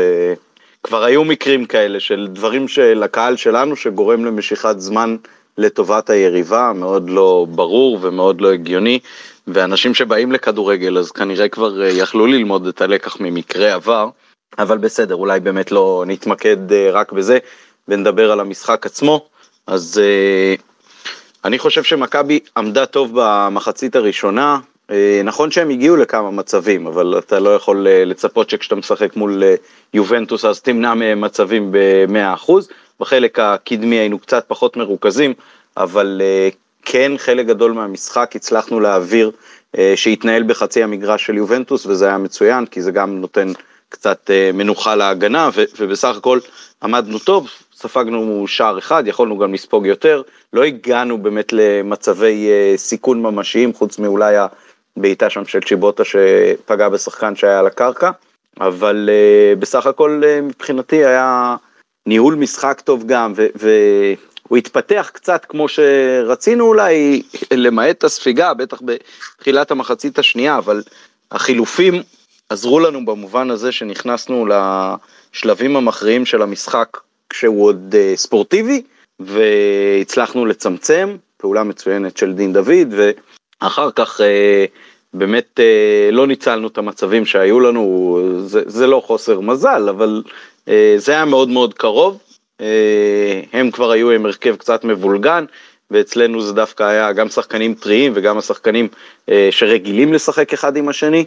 וכבר היו מקרים כאלה של דברים של הקהל שלנו, שגורם למשיכת זמן לטובת היריבה, מאוד לא ברור ומאוד לא הגיוני, ואנשים שבאים לכדורגל, אז כנראה כבר יכלו ללמוד את הלקח ממקרה עבר, אבל בסדר, אולי באמת לא נתמקד רק בזה, ונדבר על המשחק עצמו. אז uh, אני חושב שמכבי עמדה טוב במחצית הראשונה, uh, נכון שהם הגיעו לכמה מצבים, אבל אתה לא יכול uh, לצפות שכשאתה משחק מול uh, יובנטוס, אז תמנע מצבים ב-מאה אחוז, בחלק הקדמי היינו קצת פחות מרוכזים, אבל uh, כן חלק גדול מהמשחק הצלחנו להעביר, uh, שהתנהל בחצי המגרש של יובנטוס, וזה היה מצוין, כי זה גם נותן קצת uh, מנוחה להגנה, ו- ובסך הכל עמדנו טוב, ספגנו שער אחד, יכולנו גם לספוג יותר, לא הגענו באמת למצבי uh, סיכון ממשיים, חוץ מאולי הבעיטה שם של צ'יבוטה שפגע בשחקן שהיה על הקרקע, אבל uh, בסך הכל uh, מבחינתי היה ניהול משחק טוב גם, ו- והוא התפתח קצת כמו שרצינו אולי, למעט הספיגה, בטח בתחילת המחצית השנייה, אבל החילופים עזרו לנו במובן הזה שנכנסנו לשלבים המכריעים של המשחק כשהוא עוד ספורטיבי, והצלחנו לצמצם, פעולה מצוינת של דין דוד, ואחר כך באמת לא ניצלנו את המצבים שהיו לנו, זה, זה לא חוסר מזל, אבל זה היה מאוד מאוד קרוב, הם כבר היו עם הרכב קצת מבולגן, ואצלנו זה דווקא היה גם שחקנים טריים, וגם השחקנים שרגילים לשחק אחד עם השני,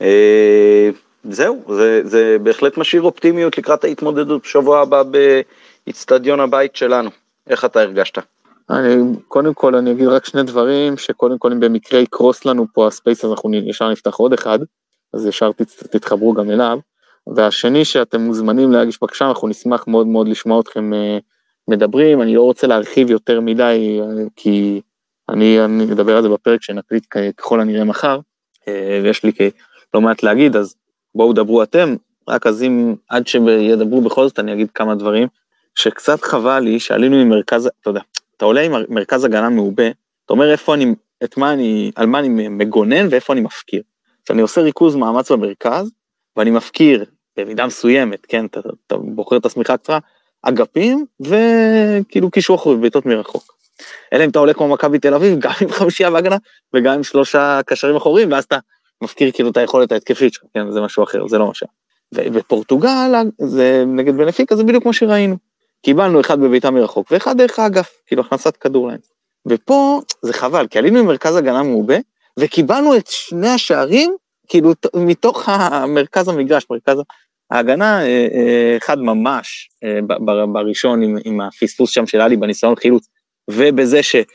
זהו, זה, זה בהחלט משאיר אופטימיות לקראת ההתמודדות בשבוע הבא באצטדיון הבית שלנו. איך אתה הרגשת? אני, קודם כל אני אגיד רק שני דברים, שקודם כל אם במקרה יקרוס לנו פה הספייס, אז אנחנו ישר נפתח עוד אחד, אז ישר תתחברו גם אליו, והשני שאתם מוזמנים להגיש בקשה, אנחנו נשמח מאוד מאוד לשמוע אתכם מדברים, אני לא רוצה להרחיב יותר מדי, כי אני, אני אדבר על זה בפרק שנקליט ככל הנראה מחר, ויש לי לא מעט להגיד, אז בואו דברו אתם, רק אז אם עד שידברו בכל זאת אני אגיד כמה דברים, שקצת חבל לי שעלינו ממרכז, אתה יודע, אתה עולה עם מרכז הגנה מעובה, אתה אומר איפה אני, את מה אני, על מה אני מגונן ואיפה אני מפקיר. אז אני עושה ריכוז מאמץ במרכז, ואני מפקיר במידה מסוימת, כן, אתה, אתה בוחר את הסמיכה קצרה, אגפים וכאילו קישור אחורי בעיטות מרחוק. אלא אם אתה עולה כמו מכבי תל אביב, גם עם חמישייה בהגנה, וגם עם שלושה קשרים אחוריים, ואז אתה מפקיר כאילו את היכולת ההתקפית שלך, כן, זה משהו אחר, זה לא משהו. ובפורטוגל, זה נגד בנפיקה, זה בדיוק כמו שראינו. קיבלנו אחד בביתה מרחוק, ואחד דרך האגף, כאילו הכנסת כדור להם. ופה זה חבל, כי עלינו עם מרכז הגנה מעובה, וקיבלנו את שני השערים, כאילו מתוך המרכז המגרש, מרכז ההגנה, אחד ממש בראשון עם, עם הפספוס שם של אלי בניסיון חילוץ, ובזה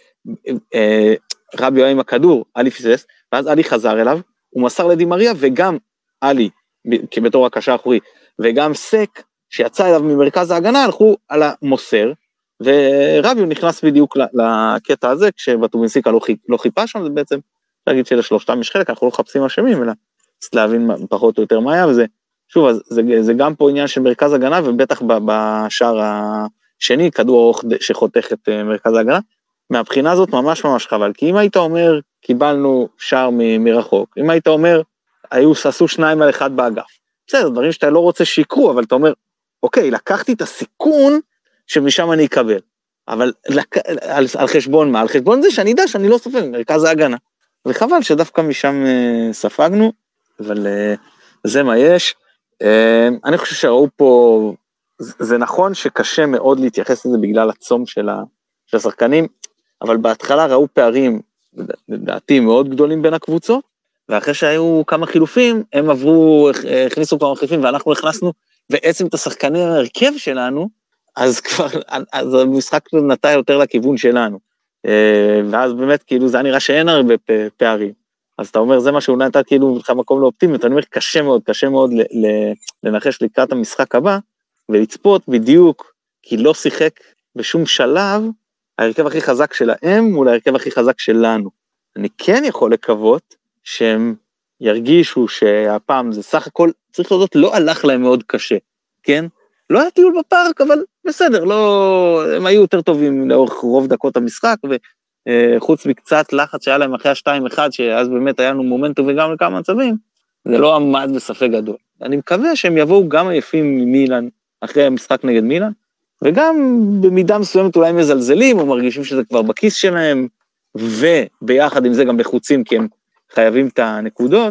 שרבי היה עם הכדור, אלי פספס, ואז אלי חזר אליו, הוא מסר לדימריה, וגם אלי, כבתור הקשר האחורי, וגם סק, שיצא אליו ממרכז ההגנה, הלכו על המוסר, ורביו נכנס בדיוק לקטע הזה, כשבטובינסיקה לא, לא חיפה שם, זה בעצם, להגיד שלשלושתם יש חלק, אנחנו לא חפשים אשמים, אלא להבין פחות או יותר מה היה, וזה, שוב, אז זה, זה גם פה עניין של מרכז הגנה, ובטח בשער השני, כדור ארוך שחותך את מרכז ההגנה, מהבחינה הזאת ממש ממש חבל, כי אם היית אומר, קיבלנו שער מ- מרחוק, אם היית אומר, היו, עשו שניים על אחד באגף, בסדר, דברים שאתה לא רוצה שיקרו, אבל אתה אומר, אוקיי, לקחתי את הסיכון, שמשם אני אקבל, אבל לק... על, על חשבון מה? על חשבון זה שאני יודע שאני לא סופג, מרכז ההגנה, וחבל שדווקא משם uh, ספגנו, אבל uh, זה מה יש, uh, אני חושב שראו פה, זה, זה נכון שקשה מאוד להתייחס לזה, בגלל הצום של, ה, של השחקנים, אבל בהתחלה ראו פערים, לדעתי מאוד גדולים בין הקבוצות, ואחרי שהיו כמה חילופים, הם עברו, הכניסו כמה חילופים, ואנחנו הכנסנו, בעצם את השחקנים ההרכב שלנו, אז כבר, אז המשחק נטע יותר לכיוון שלנו, ואז באמת, כאילו, זה נראה שאין הרבה פערים, אז אתה אומר, זה מה שהוא נטע, כאילו, לך מקום לאופטימיות, אני אומר, קשה מאוד, קשה מאוד לנחש לקראת המשחק הבא, ולצפות בדיוק, כי לא שיחק בשום שלב, ההרכב הכי חזק שלהם, מול ההרכב הכי חזק שלנו. אני כן יכול לקוות, שהם ירגישו שהפעם זה סך הכל, צריך להודות, לא הלך להם מאוד קשה, כן? לא היה טיול בפארק, אבל בסדר, לא, הם היו יותר טובים לאורך רוב דקות המשחק, וחוץ מקצת לחץ שהיה להם אחרי השתיים אחד, שאז באמת היה לנו מומנטום וגם לכמה מצבים, זה לא עמד בספק גדול. אני מקווה שהם יבואו גם עייפים ממילן, אחרי המשחק נגד מילן, וגם במידה מסוימת אולי מזלזלים, או מרגישים שזה כבר בכיס שלהם, וביחד עם זה גם לחוצים, כי הם חייבים את הנקודות,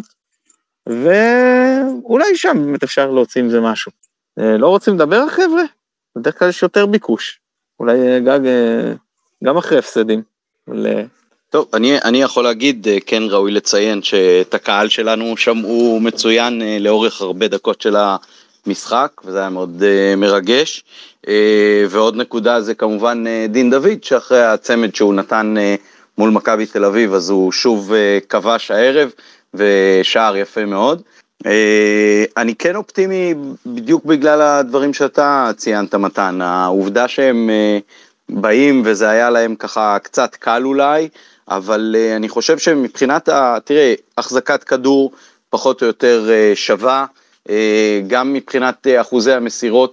ואולי שם באמת אפשר להוציא עם זה משהו. לא רוצים לדבר, חבר'ה? בדרך כלל יש יותר ביקוש. אולי גג, גם אחרי הפסדים. אבל... טוב, אני, אני יכול להגיד, כן ראוי לציין, שאת הקהל שלנו שמעו מצוין לאורך הרבה דקות של המשחק, וזה היה מאוד מרגש. ועוד נקודה זה כמובן דין דוד, שאחרי הצמד שהוא נתן מול מכבי תל אביב, אז הוא שוב כבש הערב, ושער יפה מאוד. אני כן אופטימי בדיוק בגלל הדברים שאתה ציינת מתן, העובדה שהם באים וזה היה להם ככה קצת קל אולי, אבל אני חושב שמבחינת, תראה, החזקת כדור פחות או יותר שווה, גם מבחינת אחוזי המסירות,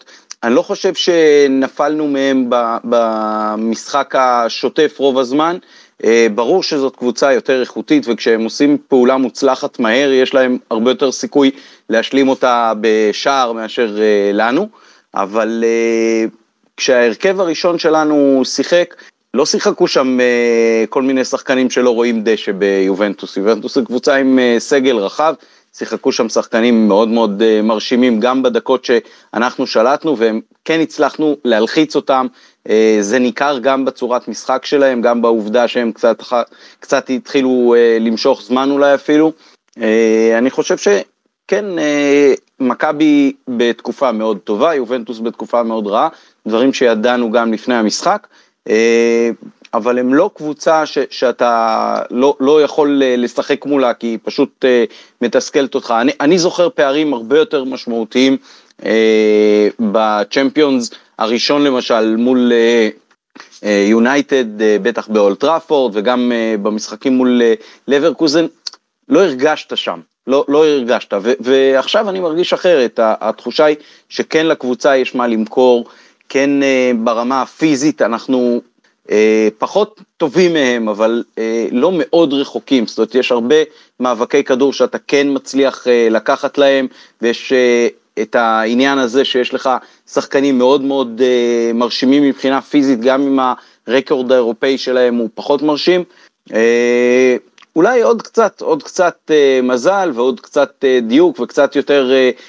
אני לא חושב שנפלנו מהם במשחק השוטף רוב הזמן, ברור שזאת קבוצה יותר איכותית, וכשהם עושים פעולה מוצלחת מהר, יש להם הרבה יותר סיכוי להשלים אותה בשער מאשר לנו, אבל כשההרכב הראשון שלנו שיחק, לא שיחקו שם כל מיני שחקנים שלא רואים דשא ביובנטוס, יובנטוס היא קבוצה עם סגל רחב, שיחקו שם שחקנים מאוד מאוד מרשימים, גם בדקות שאנחנו שלטנו, והם כן הצלחנו להלחיץ אותם, זה ניכר גם בצורת משחק שלהם, גם בעובדה שהם קצת, קצת התחילו למשוך זמן אולי אפילו, אני חושב שכן, מכבי בתקופה מאוד טובה, יובנטוס בתקופה מאוד רעה, דברים שידענו גם לפני המשחק, אבל הם לא קבוצה ש, שאתה לא, לא יכול לשחק מולה, כי היא פשוט מתסכלת אותך. אני, אני זוכר פערים הרבה יותר משמעותיים בצ'מפיונס הראשון למשל, מול יונייטד, בטח באולד טראפורד, וגם במשחקים מול לברקוזן, לא הרגשת שם, לא, לא הרגשת, ו, ועכשיו אני מרגיש אחרת, התחושה היא שכן לקבוצה יש מה למכור, כן ברמה הפיזית אנחנו פחות טובים מהם, אבל לא מאוד רחוקים, זאת אומרת יש הרבה מאבקי כדור שאתה כן מצליח לקחת להם, ויש את העניין הזה שיש לך שחקנים מאוד מאוד מרשימים מבחינה פיזית, גם אם הרקורד האירופאי שלהם הוא פחות מרשים, אולי עוד קצת, עוד קצת מזל ועוד קצת דיוק וקצת יותר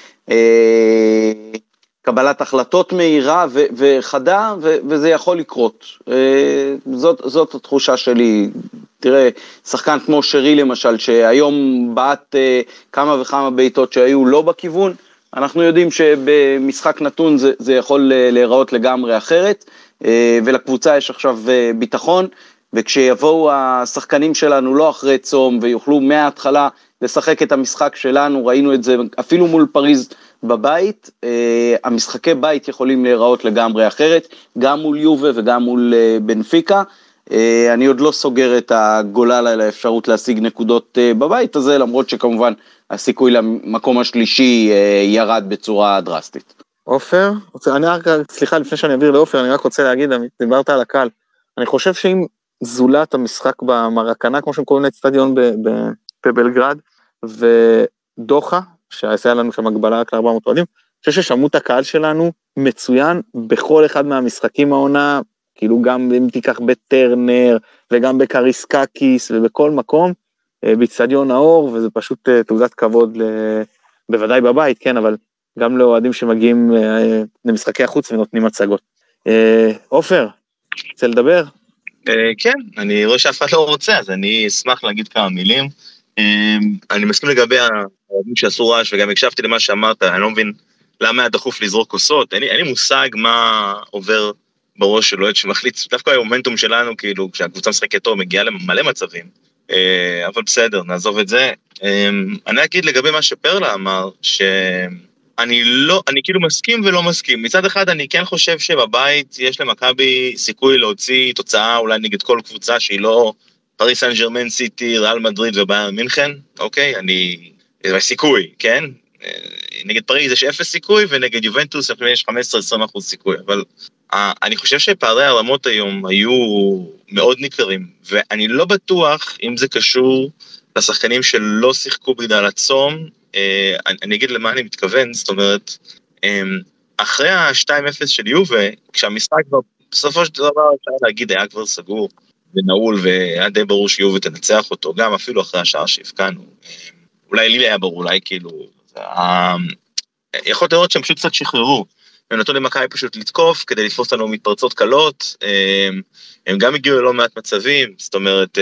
קבלת החלטות מהירה ו- וחדה, ו- וזה יכול לקרות. זאת, זאת התחושה שלי. תראה, שחקן כמו שרי למשל, שהיום בעט כמה וכמה בעיטות שהיו לא בכיוון, אנחנו יודעים שבמשחק נתון זה, זה יכול להיראות לגמרי אחרת, ולקבוצה יש עכשיו ביטחון, וכשיבואו השחקנים שלנו לא אחרי צום, ויוכלו מההתחלה לשחק את המשחק שלנו, ראינו את זה אפילו מול פריז בבית, המשחקי בית יכולים להיראות לגמרי אחרת, גם מול יובה וגם מול בנפיקה, אני עוד לא סוגר את הגולל על האפשרות להשיג נקודות בבית הזה, למרות שכמובן הסיכוי למקום השלישי ירד בצורה דרסטית. אופר, אני רק, סליחה לפני שאני אעביר לאופר, אני רק רוצה להגיד, דיברת על הקהל, אני חושב שאם זולת המשחק במרקנה, כמו שהם קוראים לאצטדיון בבלגרד, ודוחה, שעשה לנו שם הגבלה רק ל-ארבע מאות אוהדים, אני חושב ששמעו את הקהל שלנו מצוין בכל אחד מהמשחקים העונה, כאילו גם אם תיקח בטרנר, וגם בקריסקקיס, ובכל מקום, באצטדיון האור, וזה פשוט תעודת כבוד, בוודאי בבית, כן, אבל גם לאוהדים שמגיעים למשחקי החוץ ונותנים הצגות. אופר, רוצה לדבר? כן, אני רואה שאף אחד לא רוצה, אז אני אשמח להגיד כמה מילים. אני מסכים לגבי האוהדים שעשו רעש, וגם הקשבתי למה שאמרת, אני לא מבין למה היה דחוף לזרוק כוסות, אין לי, אין לי מושג מה עובר בראש של אוהד שמחליט, דווקא המומנטום שלנו, כאילו, כשהקבוצה משחקת טוב, מגיעה למלא מצבים, אבל בסדר, נעזוב את זה. אני אגיד לגבי מה שפרלה אמר, שאני לא, אני כאילו מסכים ולא מסכים. מצד אחד, אני כן חושב שבבית יש למכבי סיכוי להוציא תוצאה, אולי נגד כל קבוצה שהיא לא פריס סן ז'רמן, סיטי, ריאל מדריד וביירן מינכן, אוקיי? אני, זה סיכוי, כן? נגד פריז יש אפס סיכוי, ונגד יובנטוס יש חמש עשרה עד עשרים אחוז סיכוי, אבל אני חושב שפערי הרמות היום היו מאוד ניכרים, ואני לא בטוח אם זה קשור לשחקנים שלא שיחקו בגלל הצום, אני אגיד למה אני מתכוון, זאת אומרת, אחרי ה-שתיים אפס של יובה, כשהמשחק כבר, בסופו של דבר אפשר להגיד, היה כבר סגור ונעול, והיה די ברור שיובה תנצח אותו, גם אפילו אחרי השעה שהפקענו, אולי לי היה ברור, אולי כאילו, יכול לראות שהם פשוט קצת שחררו, הם נתנו למכבי פשוט לתקוף, כדי לתפוס לנו מתפרצות קלות, הם גם הגיעו ללא מעט מצבים, זאת אומרת,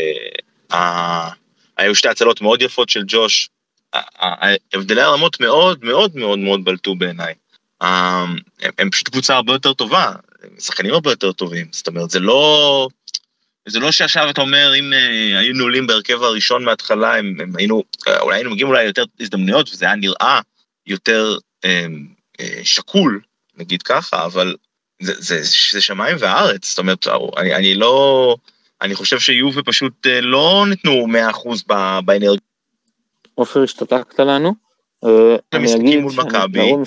היו שתי הצלות מאוד יפות של ג'וש, הבדלי הרמות מאוד מאוד מאוד מאוד בלטו בעיניי, הם פשוט קבוצה הרבה יותר טובה, שחקנים הרבה יותר טובים, זאת אומרת, זה לא, זה לא שעכשיו אתה אומר, אם היינו עולים בהרכב הראשון מההתחלה, הם היינו, אולי היינו מגיעים אולי יותר הזדמנויות, וזה היה נראה יותר שקול, נגיד ככה, אבל זה, זה, זה שמיים והארץ, זאת אומרת, אני, אני לא, אני חושב שיובה פשוט לא נתנו מאה אחוז באנרגיה. אופר, השתתקת לנו. המשחקים מול מכבי,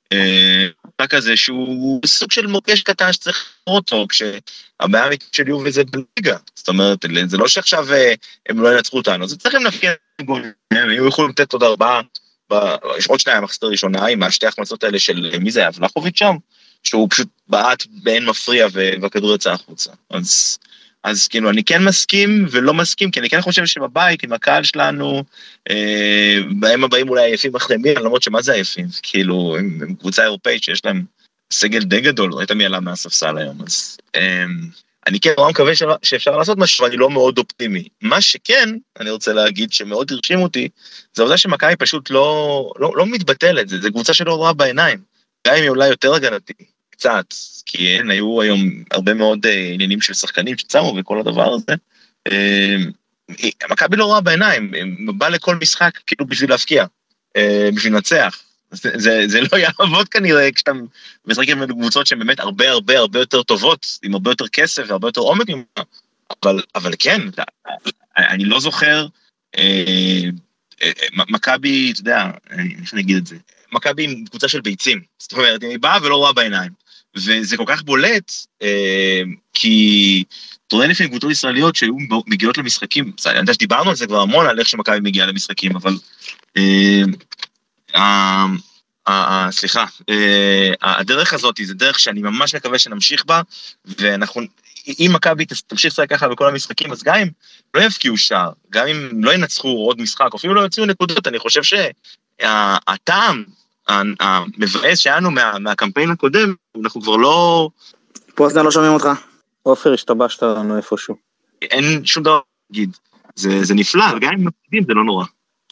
רק כזה שהוא סוג של מוקש קטן שצריך לראות אותו, כשהבעיה של יובל זה בליגה, זאת אומרת, זה לא שעכשיו הם לא ינצחו אותנו, זה צריכים להפקיע גול, הם יכולים לתת עוד ארבעה, יש עוד שניים מחצית הראשונה, עם השתי החמצות האלה של מי זה היה, ולחוביץ' שם, שהוא פשוט בעט באין מפריע והכדור יצא החוצה, אז... אז כאילו אני כן מסכים ולא מסכים, כי אני כן חושב שבבית עם הקהל שלנו, אה, בהם הבאים אולי עייפים מחלמים, למרות שמה זה עייפים? כאילו, עם, עם קבוצה אירופאית שיש להם סגל די גדול, ראית מי עלה מהספסל היום, אז אה, אני כן נורא מקווה שאפשר לעשות משהו, ואני לא מאוד אופטימי. מה שכן, אני רוצה להגיד שמאוד הרשים אותי, זה העובדה שמכבי פשוט לא, לא, לא מתבטלת, זה, זה קבוצה שלא רואה בעיניים, גם אם היא אולי יותר הגנתי. קצת, כי אין, היו היום הרבה מאוד uh, עניינים של שחקנים שצמו וכל הדבר הזה. Uh, מכבי לא רואה בעיניים, בא לכל משחק כאילו בשביל להפקיע, uh, בשביל לנצח. זה, זה, זה לא יעבוד כנראה כשאתה משחק עם קבוצות שהן באמת הרבה הרבה הרבה יותר טובות, עם הרבה יותר כסף והרבה יותר עומק, אבל, אבל כן, אני לא זוכר, uh, uh, מכבי, אתה יודע, איך אני אגיד את זה, מכבי עם קבוצה של ביצים, זאת אומרת, היא באה ולא רואה בעיניים. וזה כל כך בולט, אה, כי תראה לפעמים קבוצות ישראליות שהיו מגיעות למשחקים, אני יודע שדיברנו על זה כבר המון, על איך שמכבי מגיעה למשחקים, אבל אה, אה, אה, סליחה, אה, הדרך הזאת, זה דרך שאני ממש מקווה שנמשיך בה, ואנחנו, אם מכבי תמשיך לצאת ככה בכל המשחקים, אז גם אם לא יפקיעו שער, גם אם לא ינצחו עוד משחק, אפילו לא יוציאו נקודות, אני חושב שהטעם, המבאס שלנו מהקמפיין הקודם, אנחנו כבר לא... פוסטנר לא שומעים אותך. עופר, השתבשת לנו איפשהו. אין שום דבר להגיד. זה נפלא, גם אם מפסידים זה לא נורא.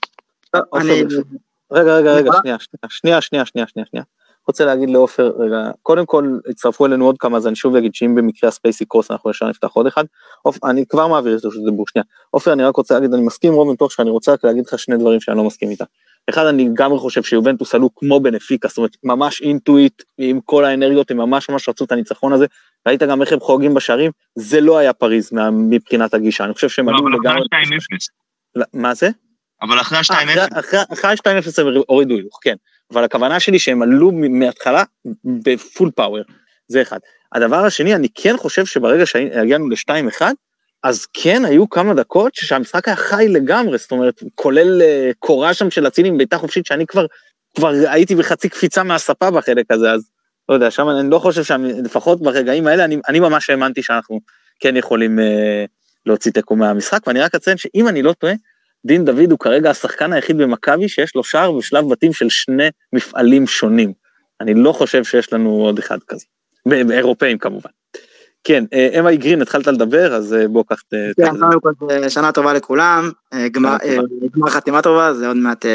רגע, רגע, רגע, שנייה, שנייה, שנייה, שנייה, שנייה, שנייה. רוצה להגיד לעופר, רגע, קודם כל הצטרפו אלינו עוד כמה, אז אני שוב אגיד שאם במקרה הספייסי קרוס אנחנו ישר נפתח עוד אחד, אני כבר מעביר את זה שזה בור, שנייה. עופר, אני רק רוצה להגיד, אני מסכים רוב מתוך שאני רוצה רק להגיד לך שני דברים שאני לא מסכים איתה. אחד, אני גם חושב שיובנטוס עלו כמו בנפיקה, זאת אומרת, ממש אינטואיט, עם כל האנרגיות, הם ממש ממש רצו את הניצחון הזה, ראית גם איך הם חוגגים בשערים, זה לא היה פריז מבחינת הגישה, אני חושב שהם עלו לגמרי... אבל אחרי שתיים אפס. מה זה? אבל אחרי שתיים אפס. אחרי שתיים אפס הם הורידו הילוך, כן, אבל הכוונה שלי שהם עלו מההתחלה בפול פאוור, זה אחד. הדבר השני, אני כן חושב שברגע שהגענו ל-שתיים אחד, אז כן, היו כמה דקות שהמשחק היה חי לגמרי, זאת אומרת, כולל קורה שם של הצילים ביתה חופשית, שאני כבר, כבר הייתי בחצי קפיצה מהספה בחלק הזה, אז לא יודע, שם אני לא חושב שלפחות ברגעים האלה, אני, אני ממש האמנתי שאנחנו כן יכולים אה, להוציא תיקו מהמשחק, ואני רק אציין שאם אני לא טועה, דין דוד הוא כרגע השחקן היחיד במכבי, שיש לו שער בשלב בתים של שני מפעלים שונים. אני לא חושב שיש לנו עוד אחד כזה, באירופאים כמובן. כן, אמי גרין, התחלת לדבר, אז בוא קח... כן, שנה טובה לכולם, גמר חתימה טובה, זה עוד מעט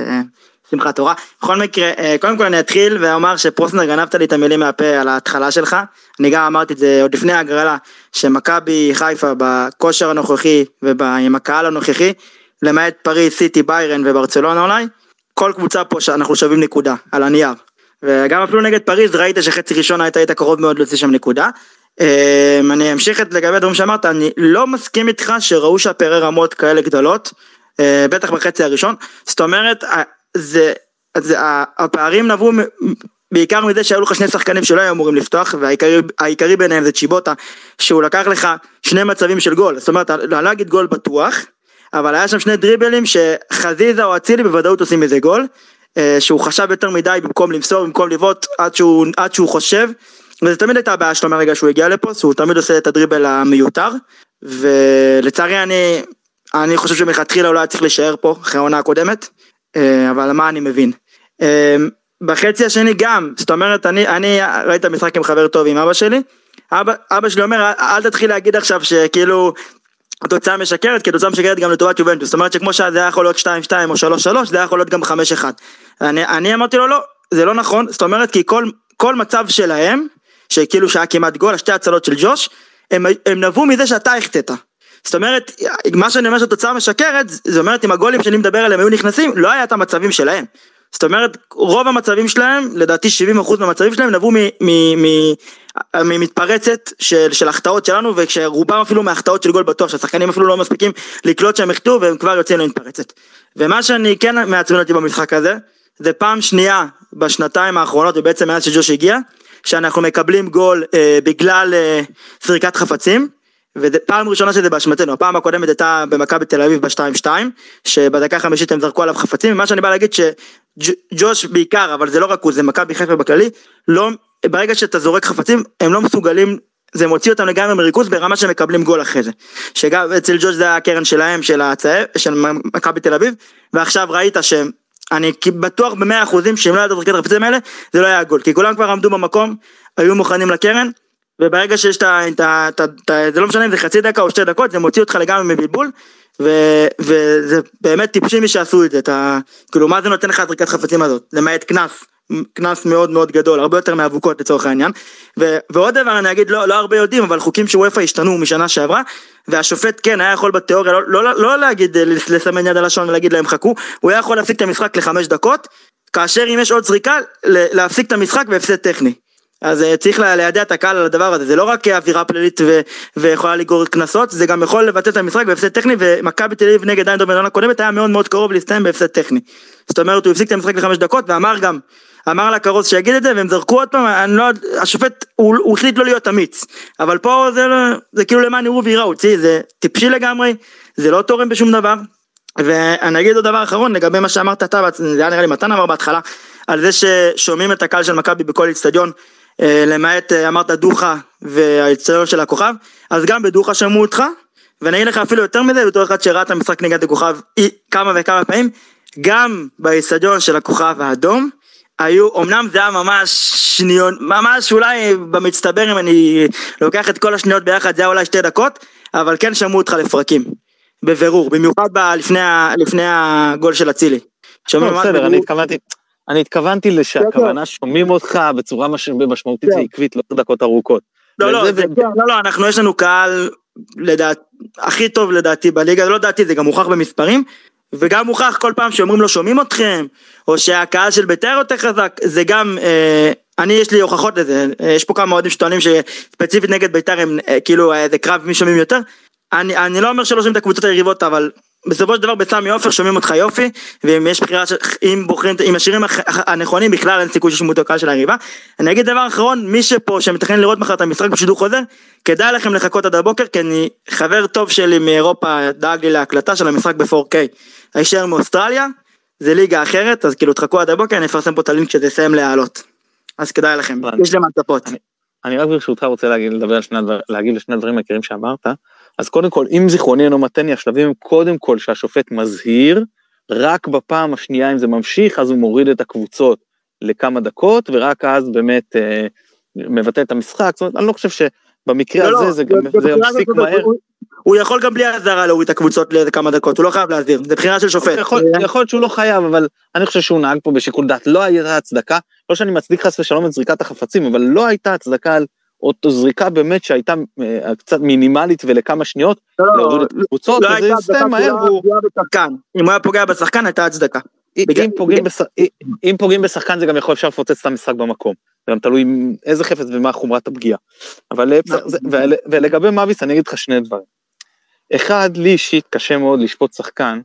שמחת תורה. בכל מקרה, קודם כל אני אתחיל ואומר שפרוסנר גנבת לי את המילים מהפה על ההתחלה שלך, אני גם אמרתי את זה עוד לפני ההגרלה, שמכבי חיפה בכושר הנוכחי ועם הקהל הנוכחי, למעט פריז, סיטי, ביירן וברצלונה אולי, כל קבוצה פה שאנחנו שווים נקודה, על הנייר. וגם אפילו נגד פריז ראית שחצי ראשון הייתה היית קרוב מאוד להוציא שם נקודה. אני אמשיך את לגבי הדברים שאמרת, אני לא מסכים איתך שראו שהפערי רמות כאלה גדולות, בטח בחצי הראשון, זאת אומרת, זה, זה, הפערים נבעו בעיקר מזה שהיו לך שני שחקנים שלא היו אמורים לפתוח, והעיקרי ביניהם זה צ'יבוטה, שהוא לקח לך שני מצבים של גול, זאת אומרת, אני לא אגיד גול בטוח, אבל היה שם שני דריבלים שחזיזה או אצילי בוודאות עושים איזה גול, שהוא חשב יותר מדי במקום למסור, במקום לבעוט עד שהוא, עד שהוא חושב, וזה תמיד הייתה הבעיה שלו מהרגע שהוא הגיע לפה, שהוא תמיד עושה את הדריבל המיותר, ולצערי אני, אני חושב שמלכתחילה אולי צריך להישאר פה, אחרי העונה הקודמת, אבל מה אני מבין. בחצי השני גם, זאת אומרת, אני, אני ראיתי משחק עם חבר טוב עם אבא שלי, אבא, אבא שלי אומר, אל תתחיל להגיד עכשיו שכאילו, התוצאה משקרת, כי התוצאה משקרת גם לטובת יובנטוס, זאת אומרת שכמו שזה היה יכול להיות שתיים שתיים או שלוש שלוש, זה היה יכול להיות גם חמש אחת. אני, אני אמרתי לו, לא, זה לא נכון, זאת אומרת, כי כל, כל מצב שלהם, שכאילו שהיה כמעט גול, השתי הצלות של ג'וש, הם, הם נבעו מזה שאתה החטאת. זאת אומרת, מה שאני אומר שהתוצאה משקרת, זאת אומרת, אם הגולים שאני מדבר עליהם היו נכנסים, לא היה את המצבים שלהם. זאת אומרת, רוב המצבים שלהם, לדעתי שבעים אחוז מהמצבים שלהם, נבעו ממתפרצת של, של החטאות שלנו, וכשרובם אפילו מהחטאות של גול בטוח, שהשחקנים אפילו לא מספיקים לקלוט שהם החטאו, והם כבר יוצאים למתפרצת. ומה שאני כן מעצבן אותי במשחק הזה, זה פעם שנייה בשנתיים האחרונות, ובעצם מאז שג'וש הגיע, שאנחנו מקבלים גול אה, בגלל אה, זריקת חפצים, ופעם ראשונה שזה באשמתנו, הפעם הקודמת הייתה במכבי בתל אביב ב-שתיים שתיים, שבדקה חמישית הם זרקו עליו חפצים, ומה שאני בא להגיד שג'וש בעיקר, אבל זה לא רק הוא, זה מכבי חיפה בכללי, לא, ברגע שאתה זורק חפצים, הם לא מסוגלים, זה מוציא אותם לגמרי מריכוז ברמה שהם מקבלים גול אחרי זה, שגם אצל ג'וש זה הקרן שלהם, של הצהב, של מכבי תל אביב, ועכשיו ראית שהם, אני בטוח במאה אחוזים שהם לא ידעו זריקת החפצים האלה, זה לא היה גול, כי כולם כבר עמדו במקום, היו מוכנים לקרן, וברגע שיש את ה... זה לא משנה אם זה חצי דקה או שתי דקות, זה מוציא אותך לגמרי מבלבול, וזה באמת טיפשי מי שעשו את זה, כאילו מה זה נותן לך זריקת חפצים הזאת, למעט כנס, כנס מאוד מאוד גדול, הרבה יותר מאבוקות לצורך העניין, ועוד דבר אני אגיד, לא הרבה יודעים, אבל חוקים שוופא השתנו משנה שעברה, והשופט כן היה יכול בתיאוריה, לא להגיד, לסמן יד על השעון ולהגיד להם חכו, הוא היה יכול להפסיק את המשחק לחמש דקות, כאשר אם יש עוד זריקה, להפסיק את המשחק בהפסד טכני. אז צריך לידע את הקהל על הדבר הזה, זה לא רק אווירה פלילית ו- ויכולה לגרור כנסות, זה גם יכול לבטל את המשחק בהפסד טכני, ומכבי תל אביב נגד איינדובן בעונה הקודמת היה מאוד מאוד קרוב להסתיים בהפסד טכני. זאת אומרת, הוא הפסיק את המשחק לחמש דקות, ואמר גם, אמר לקרוס שיגיד את זה, והם זרקו עוד פעם, לא, השופט, הוא, הוא החליט לא להיות אמיץ, אבל פה זה, זה כאילו למען יראו ויראו, זה טיפשי לגמרי, זה לא תורם בשום דבר, ואני אגיד עוד דבר אחרון, לגבי מה שאמרת אתה, זה היה נראה לי מתן אמר בהתחלה, על זה ששומעים את הקהל של מכבי בכל אצטדיון, למעט אמרת דוחה והאצטדיון של הכוכב, אז גם בדוחה שמעו אותך, ואני אגיד לך אפילו יותר מזה, בתור אחד שראה את המשחק נגד הכוכב כמה וכמה פעמים, גם באצטדיון של הכוכב האדום, היו, אמנם זה היה ממש שניון, ממש אולי במצטבר אם אני לוקח את כל השניות ביחד, זה היה אולי שתי דקות, אבל כן שמעו אותך לפרקים, בבירור, במיוחד לפני, לפני הגול של הצילי. בסדר, אני התכוונתי... אני התכוונתי לשהכוונה שומעים אותך בצורה משמעותית ועקבית, לא דקות ארוכות. לא, לא, לא, אנחנו יש לנו קהל הכי טוב לדעתי בליגה, לא דעתי, זה גם מוכח במספרים, וגם מוכח כל פעם שאומרים לו שומעים אתכם, או שהקהל של בית"ר יותר חזק, זה גם, אני יש לי הוכחות לזה, יש פה כמה אוהדים שטוענים שספציפית נגד בית"ר הם כאילו זה קרב מי שומעים יותר, אני לא אומר שלא שומעים את הקבוצות היריבות, אבל בסופו של דבר בסמי עופר שומעים אותך יופי, ואם יש בחירה, אם בוחרים, אם השירים הנכונים בכלל אין סיכוי ששמעו את הקהל של היריבה. אני אגיד דבר אחרון, מי שפה שמתכנן לראות מחר את המשחק בשידור חוזר, כדאי לכם לחכות עד הבוקר, כי אני חבר טוב שלי מאירופה דאג לי להקלטה של המשחק ב-פור קיי, הישר מאוסטרליה, זה ליגה אחרת, אז כאילו תחכו עד הבוקר, אני אפרסם פה את הלינק שזה יסיים להעלות, אז כדאי לכם, יש להם הצפות. אני רק ברשותך רוצה להגיב לשני הדברים העיקריים שאמרת, אז קודם כל, אם זיכרוני אינו מתני, השלבים הם קודם כל שהשופט מזהיר, רק בפעם השנייה אם זה ממשיך, אז הוא מוריד את הקבוצות לכמה דקות, ורק אז באמת אה, מבטא את המשחק, זאת אומרת, אני לא חושב שבמקרה לא, הזה לא, זה, זה, זה יפסיק מהר. הוא, הוא יכול גם בלי הזרה להוריד את הקבוצות לכמה דקות, הוא לא חייב להסביר, זה בחירה של שופט. יכול, יכול להיות שהוא לא חייב, אבל אני חושב שהוא נהג פה בשיקול דעת, לא הייתה הצדקה, לא שאני מצדיק חס ושלום את זריקת החפצים, אבל לא הייתה הצדקה על אותו זריקה באמת שהייתה קצת מינימלית ולכמה שניות, להוריד את הקבוצות, וזה יסתם מהר. אם הוא היה פוגע בשחקן, הייתה הצדקה. אם פוגעים בשחקן, זה גם יכול אפשר לפוצץ את המשחק במקום. זה גם תלוי איזה חפץ ומה חומרת הפגיעה. ולגבי מאביס, אני אגיד לך שני דברים. אחד, לי אישית קשה מאוד לשפוט שחקן,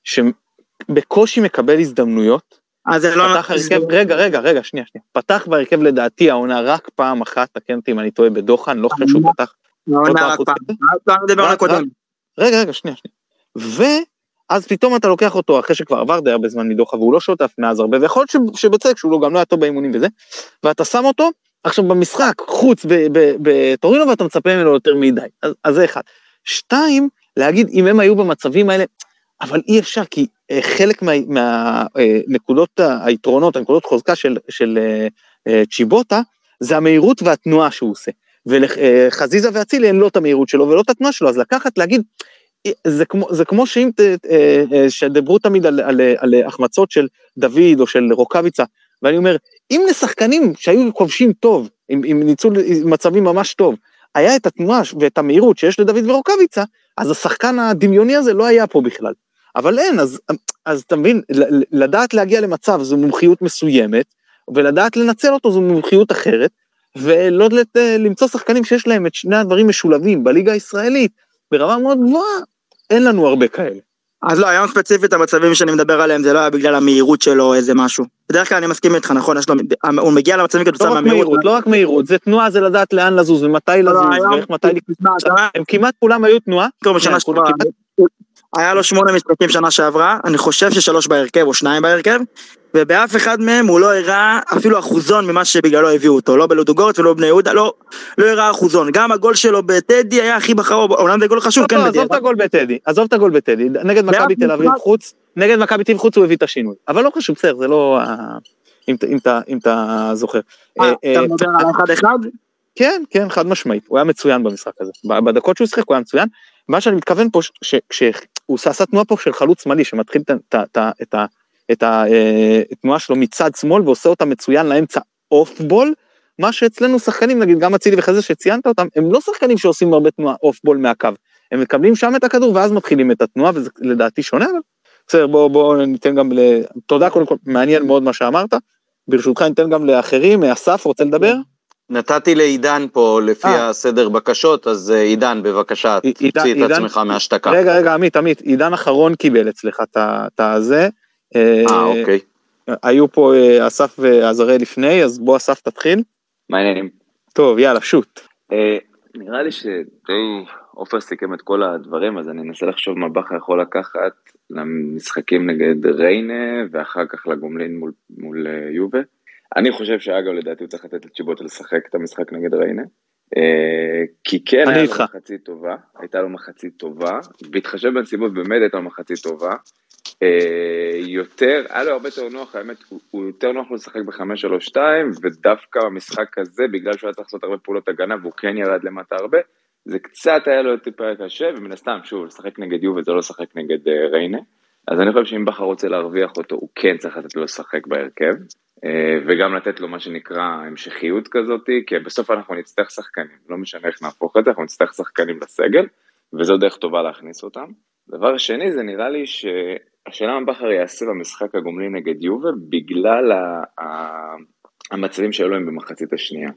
שבקושי מקבל הזדמנויות, פתח הרכב, רגע, רגע, רגע, שנייה, שנייה, פתח בהרכב לדעתי העונה רק פעם אחת, תקן אותי אם אני טועה בדוחה, אני לא חושב שהוא פתח, העונה רק פעם, רגע, רגע, שנייה, שנייה, ואז פתאום אתה לוקח אותו, אחרי שכבר עבר די הרבה זמן מדוחה, והוא לא שותף מאז הרבה, ויכול להיות שבצק, שהוא גם לא היה טוב באימונים וזה, ואתה שם אותו, עכשיו במשחק, חוץ בטורינו, ואתה מצפה ממנו יותר מדי, אז זה אחד. שתיים, להגיד אם הם היו במצבים האלה, אבל אי אפשר, כי חלק מהנקודות היתרונות, הנקודות חוזקה של, של צ'יבוטה, זה המהירות והתנועה שהוא עושה, וחזיזה ואצילי אין לו את המהירות שלו, ולא את התנועה שלו, אז לקחת להגיד, זה כמו, זה כמו שאם שדברו תמיד על, על, על החמצות של דוד או של רוקביצה, ואני אומר, אם לשחקנים שהיו כובשים טוב, עם, עם ניצול מצבים ממש טוב, היה את התנועה ואת המהירות שיש לדוד ורוקביצה, אז השחקן הדמיוני הזה לא היה פה בכלל. אבל אין, אז, אז אתה מבין, לדעת להגיע למצב זו מומחיות מסוימת, ולדעת לנצל אותו זו מומחיות אחרת, ולא למצוא שחקנים שיש להם את שני הדברים משולבים בליגה הישראלית, ברמה מאוד גבוהה, אין לנו הרבה כאלה. אז לא, היום ספציפית המצבים שאני מדבר עליהם, זה לא היה בגלל המהירות שלו או איזה משהו. בדרך כלל אני מסכים איתך, נכון, יש לו, הוא מגיע למצבים כתוצאה מהמהירות. לא רק מהירות, זה תנועה, זה לדעת לאן לזוז ומתי לזוז, ואיך מתי לקנות. הם כמעט כולם היו תנועה. היה לו שמונה משחקים שנה שעברה, אני חושב ששלוש בהרכב או שניים בהרכב, ובאף אחד מהם הוא לא הראה אפילו אחוזון ממה שבגללו הביאו אותו, לא בלודוגורץ ולא בני יהודה, לא, לא הראה אחוזון, גם הגול שלו בטדי היה הכי בחרו, אומנם זה גול חשוב, כן, עזוב את הגול בטדי, עזוב את הגול בטדי, נגד מכבי תל אביב חוץ, נגד מכבי תל אביב חוץ הוא הביא את השינוי, אבל לא חשוב, בסדר, זה לא, אם אתה זוכר. אתה מדבר על אחד אחד? כן, כן, חד משמעית, הוא היה מצוין במשחק הזה, בדקות שהוא שחק הוא היה מצוין, מה שאני מתכוון פה, שהוא עשה תנועה פה של חלוץ שמאלי, שמתחיל את התנועה שלו מצד שמאל, ועושה אותה מצוין לאמצע אוף בול, מה שאצלנו שחקנים, נגיד גם אצילי וחזה שציינת אותם, הם לא שחקנים שעושים הרבה תנועה אוף בול מהקו, הם מקבלים שם את הכדור, ואז מתחילים את התנועה, וזה לדעתי שונה, אבל בסדר, בואו ניתן גם, תודה קודם כל, מעניין מאוד מה שאמרת, ברשותך ניתן גם לאחרים, אסף רוצה לדבר? נתתי לעידן פה לפי הסדר בקשות, אז עידן בבקשה, תוציא את עצמך מהשתקה. רגע, רגע, עמית, עמית, עידן אחרון קיבל אצלך את הזה. אה, אוקיי. היו פה אסף ועזרי לפני, אז בוא אסף תתחיל. מה העניינים? טוב, יאללה, שוט. נראה לי שדי אופר סיכם את כל הדברים, אז אני אנסה לחשוב מה בכר יכול לקחת למשחקים נגד ריינה, ואחר כך לגומלין מול יובה. אני חושב שאגב לדעתי הוא צריך לתת לצ'יבוטה לשחק את המשחק נגד ריינה, כי כן היה לו מחצית טובה, הייתה לו מחצית טובה, בהתחשב בנסיבות באמת הייתה לו מחצית טובה, יותר, היה לו הרבה יותר נוח, האמת הוא יותר נוח לו לשחק ב-חמש שלוש שתיים, ודווקא במשחק הזה, בגלל שהוא היה צריך לעשות הרבה פעולות הגנה, והוא כן ירד למטה הרבה, זה קצת היה לו טיפה קשה, ומן הסתם שוב, לשחק נגד יובה זה לא לשחק נגד ריינה, אז אני חושב שאם בכר רוצה להרוויח אותו, הוא כן צריך לתת לו לשחק בהרכב, וגם לתת לו מה שנקרא המשכיות כזאת, כי בסוף אנחנו נצטרך שחקנים, לא משנה איך נהפוך את זה, אנחנו נצטרך שחקנים לסגל, וזו דרך טובה להכניס אותם. דבר שני, זה נראה לי שהשאלה מה בכר יעשה במשחק הגומלין נגד יובה, בגלל המצבים שלו הם במחצית השנייה.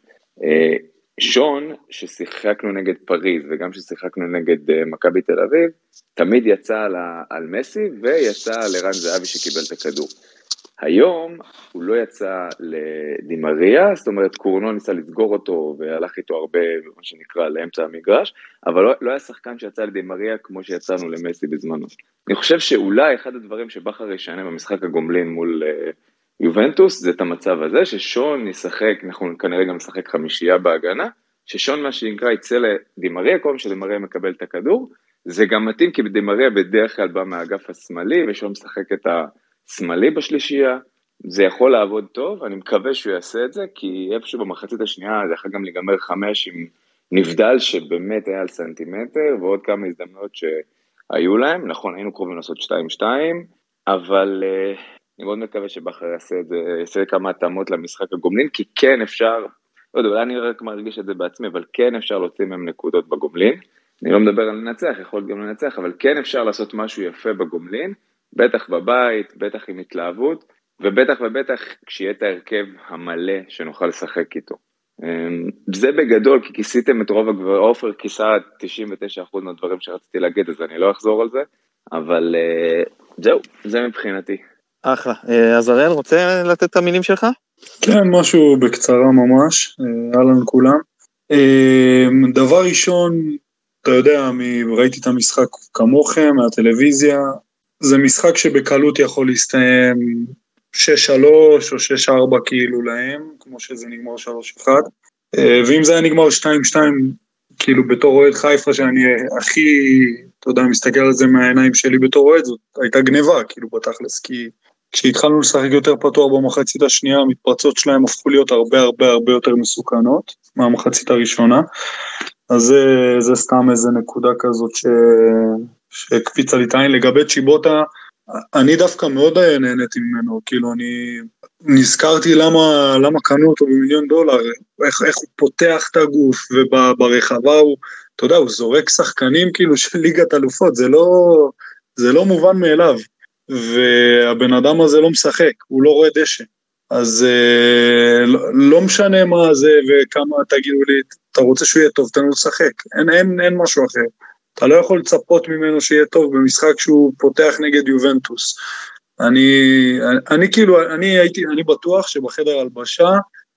שון, ששיחקנו נגד פריז, וגם ששיחקנו נגד מכבי תל אביב, תמיד יצא על, על מסי, ויצא לרן זהבי שקיבל את הכדור. היום הוא לא יצא לדימריה, זאת אומרת קורנו ניסה לסגור אותו והלך איתו הרבה, מה שנקרא, לאמצע המגרש, אבל לא, לא היה שחקן שיצא לדימריה כמו שיצאנו למסי בזמנו. אני חושב שאולי אחד הדברים שבכר ישנה במשחק הגומלין מול uh, יובנטוס, זה את המצב הזה, ששון ישחק, אנחנו כנראה גם נשחק חמישייה בהגנה, ששון מה שנקרא יצא לדימריה, כל שדימריה מקבל את הכדור, זה גם מתאים כי דימריה בדרך כלל בא מהאגף השמאלי, ושון משחק את ה... שמאלי בשלישייה, זה יכול לעבוד טוב, אני מקווה שהוא יעשה את זה, כי איפשהו במחצית השנייה זה יכול גם להיגמר חמש עם נבדל שבאמת היה על סנטימטר, ועוד כמה הזדמנויות שהיו להם, נכון, היינו קרובים לעשות שתיים שתיים, אבל uh, אני מאוד מקווה שבכר יעשה את זה, יעשה כמה התאמות למשחק הגומלין, כי כן אפשר, לא יודע, אולי אני רק מרגיש את זה בעצמי, אבל כן אפשר להוציא מהם נקודות בגומלין, אני לא מדבר על לנצח, יכול להיות גם לנצח, אבל כן אפשר לעשות משהו יפה בגומלין, בטח בבית, בטח עם התלהבות, ובטח ובטח כשיהיה את ההרכב המלא שנוכל לשחק איתו. זה בגדול, כי כיסיתם את רוב הגבר, אופר כיסה תשעים ותשעה אחוז מהדברים שרציתי להגיד, אז אני לא אחזור על זה, אבל זהו, זה מבחינתי. אחלה. אז הראל, רוצה לתת את המילים שלך? כן, משהו בקצרה ממש, אהלן כולם. דבר ראשון, אתה יודע, ראיתי את המשחק כמוכם, מהטלוויזיה, זה משחק שבקלות יכול להסתיים שש שלוש או שש ארבע כאילו להם, כמו שזה נגמר שלוש אחת, ואם זה היה נגמר שתיים שתיים, כאילו בתור אוהד חיפה שאני הכי, אתה יודע, מסתכל על זה מהעיניים שלי בתור אוהד, זאת הייתה גניבה, כאילו בתכלס, כי כשהתחלנו לשחק יותר פתוח במחצית השנייה, המתפרצות שלהם הפכו להיות הרבה הרבה הרבה יותר מסוכנות, מהמחצית הראשונה, אז זה, זה סתם איזה נקודה כזאת ש... שהקפיץ על איתיים. לגבי צ'יבוטה, אני דווקא מאוד נהניתי ממנו, כאילו אני נזכרתי למה, למה קנו אותו במיליון דולר, איך, איך הוא פותח את הגוף, וברחבה הוא, אתה יודע, הוא זורק שחקנים כאילו של ליגת אלופות, זה לא, זה לא מובן מאליו, והבן אדם הזה לא משחק, הוא לא רואה דשא, אז לא, לא משנה מה זה וכמה תגידו לי, אתה רוצה שהוא יהיה טוב, תן לו לשחק, אין, אין, אין משהו אחר. אתה לא יכול לצפות ממנו שיהיה טוב במשחק שהוא פותח נגד יובנטוס. אני, אני, אני כאילו, אני הייתי, אני בטוח שבחדר הלבשה,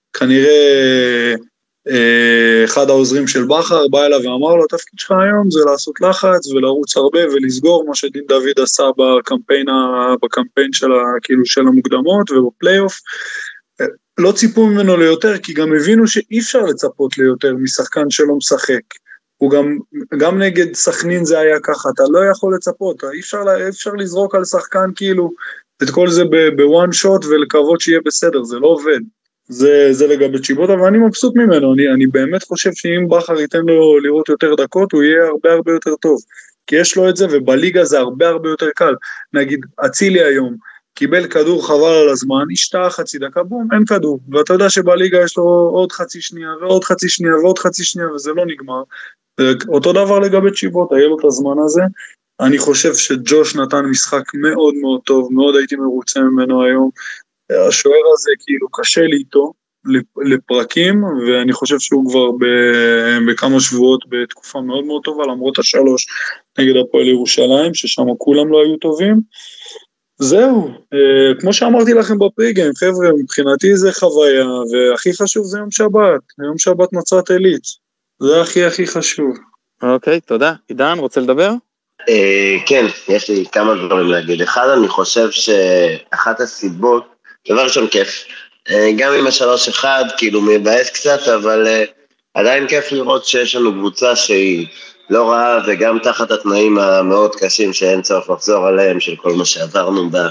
כנראה אה, אחד העוזרים של בכר בא אליו ואמר לו, התפקיד שלך היום זה לעשות לחץ ולרוץ הרבה ולסגור, מה שדין דוד עשה בקמפיין, בקמפיין של, כאילו, של המוקדמות ובפלייאוף. לא ציפו ממנו ליותר, כי גם הבינו שאי אפשר לצפות ליותר משחקן שלא משחק. הוא גם, גם נגד סכנין זה היה ככה, אתה לא יכול לצפות, אי אפשר, אי אפשר לזרוק על שחקן כאילו, את כל זה בוואן שוט ולקוות שיהיה בסדר, זה לא עובד. זה, זה לגבי צ'יבוטה, ואני מבסוט ממנו, אני, אני באמת חושב שאם בכר ייתן לו לראות יותר דקות, הוא יהיה הרבה הרבה יותר טוב, כי יש לו את זה, ובליגה זה הרבה הרבה יותר קל. נגיד, אצילי היום, קיבל כדור חבל על הזמן, השתעה חצי דקה, בום, אין כדור, ואתה יודע שבליגה יש לו עוד חצי שנייה, ועוד חצי שנייה, ועוד חצי שנייה, וזה לא נגמר. אותו דבר לגבי צ'יבוטה, יהיה לו את הזמן הזה. אני חושב שג'וש נתן משחק מאוד מאוד טוב, מאוד הייתי מרוצה ממנו היום. השוער הזה כאילו קשה לי איתו לפרקים, ואני חושב שהוא כבר בכמה שבועות בתקופה מאוד מאוד טובה, למרות השלוש נגד הפועל ירושלים, ששם כולם לא היו טובים. זהו, כמו שאמרתי לכם בפריגיים, חבר'ה, מבחינתי זה חוויה, והכי חשוב זה יום שבת, יום שבת נצרת עילית, זה הכי הכי חשוב. אוקיי, תודה. עידן, רוצה לדבר? כן, יש לי כמה דברים להגיד. אחד, אני חושב שאחת הסיבות, דבר ראשון כיף, גם עם השלוש אחד, כאילו מבאס קצת, אבל עדיין כיף לראות שיש לנו קבוצה שהיא לא רעה, וגם תחת התנאים המאוד קשים שאין צורך לחזור עליהם, של כל מה שעברנו ב,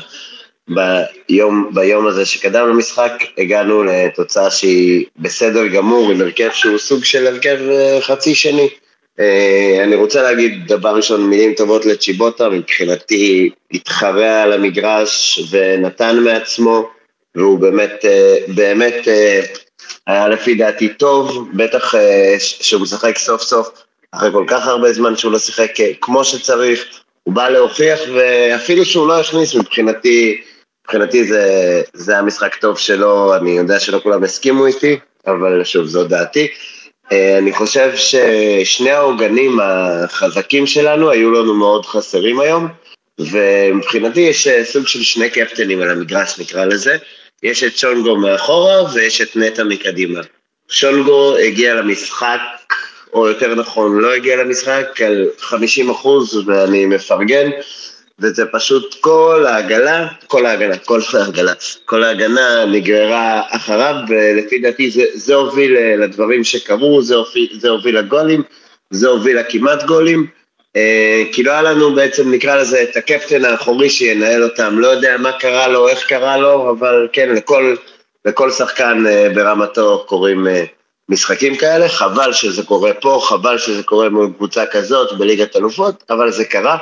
ביום, ביום הזה שקדם למשחק, הגענו לתוצאה שהיא בסדר גמור, עם הרכב שהוא סוג של הרכב חצי שני. אני רוצה להגיד דבר ראשון מילים טובות לצ'יבוטה, מבחינתי התחרע על המגרש ונתן מעצמו, והוא באמת, באמת היה לפי דעתי טוב, בטח שהוא משחק סוף סוף, אחרי כל כך הרבה זמן שהוא לא שיחק כמו שצריך, הוא בא להוכיח, ואפילו שהוא לא הכניס, מבחינתי, מבחינתי זה, זה המשחק טוב שלו, אני יודע שלא כולם הסכימו איתי, אבל שוב, זו דעתי. אני חושב ששני העוגנים החזקים שלנו היו לנו מאוד חסרים היום, ומבחינתי יש סוג של שני קפטנים על המגרש, נקרא לזה. יש את שונגו מאחורה ויש את נטה מקדימה. שונגו הגיע למשחק, או יותר נכון לא הגיע למשחק, על חמישים אחוז, ואני מפרגן, וזה פשוט כל העגלה, כל העגלה, כל העגלה, כל ההגנה נגררה אחריו, ולפי דעתי זה, זה הוביל לדברים שקרו, זה הוביל, זה הוביל לגולים, זה הוביל לכמעט גולים, כי לא היה לנו בעצם, נקרא לזה, את הקפטן האחורי שינהל אותם, לא יודע מה קרה לו, איך קרה לו, אבל כן, לכל, לכל שחקן ברמתו קוראים משחקים כאלה, חבל שזה קורה פה, חבל שזה קורה מול קבוצה כזאת בליגת אלופות, אבל זה קרה.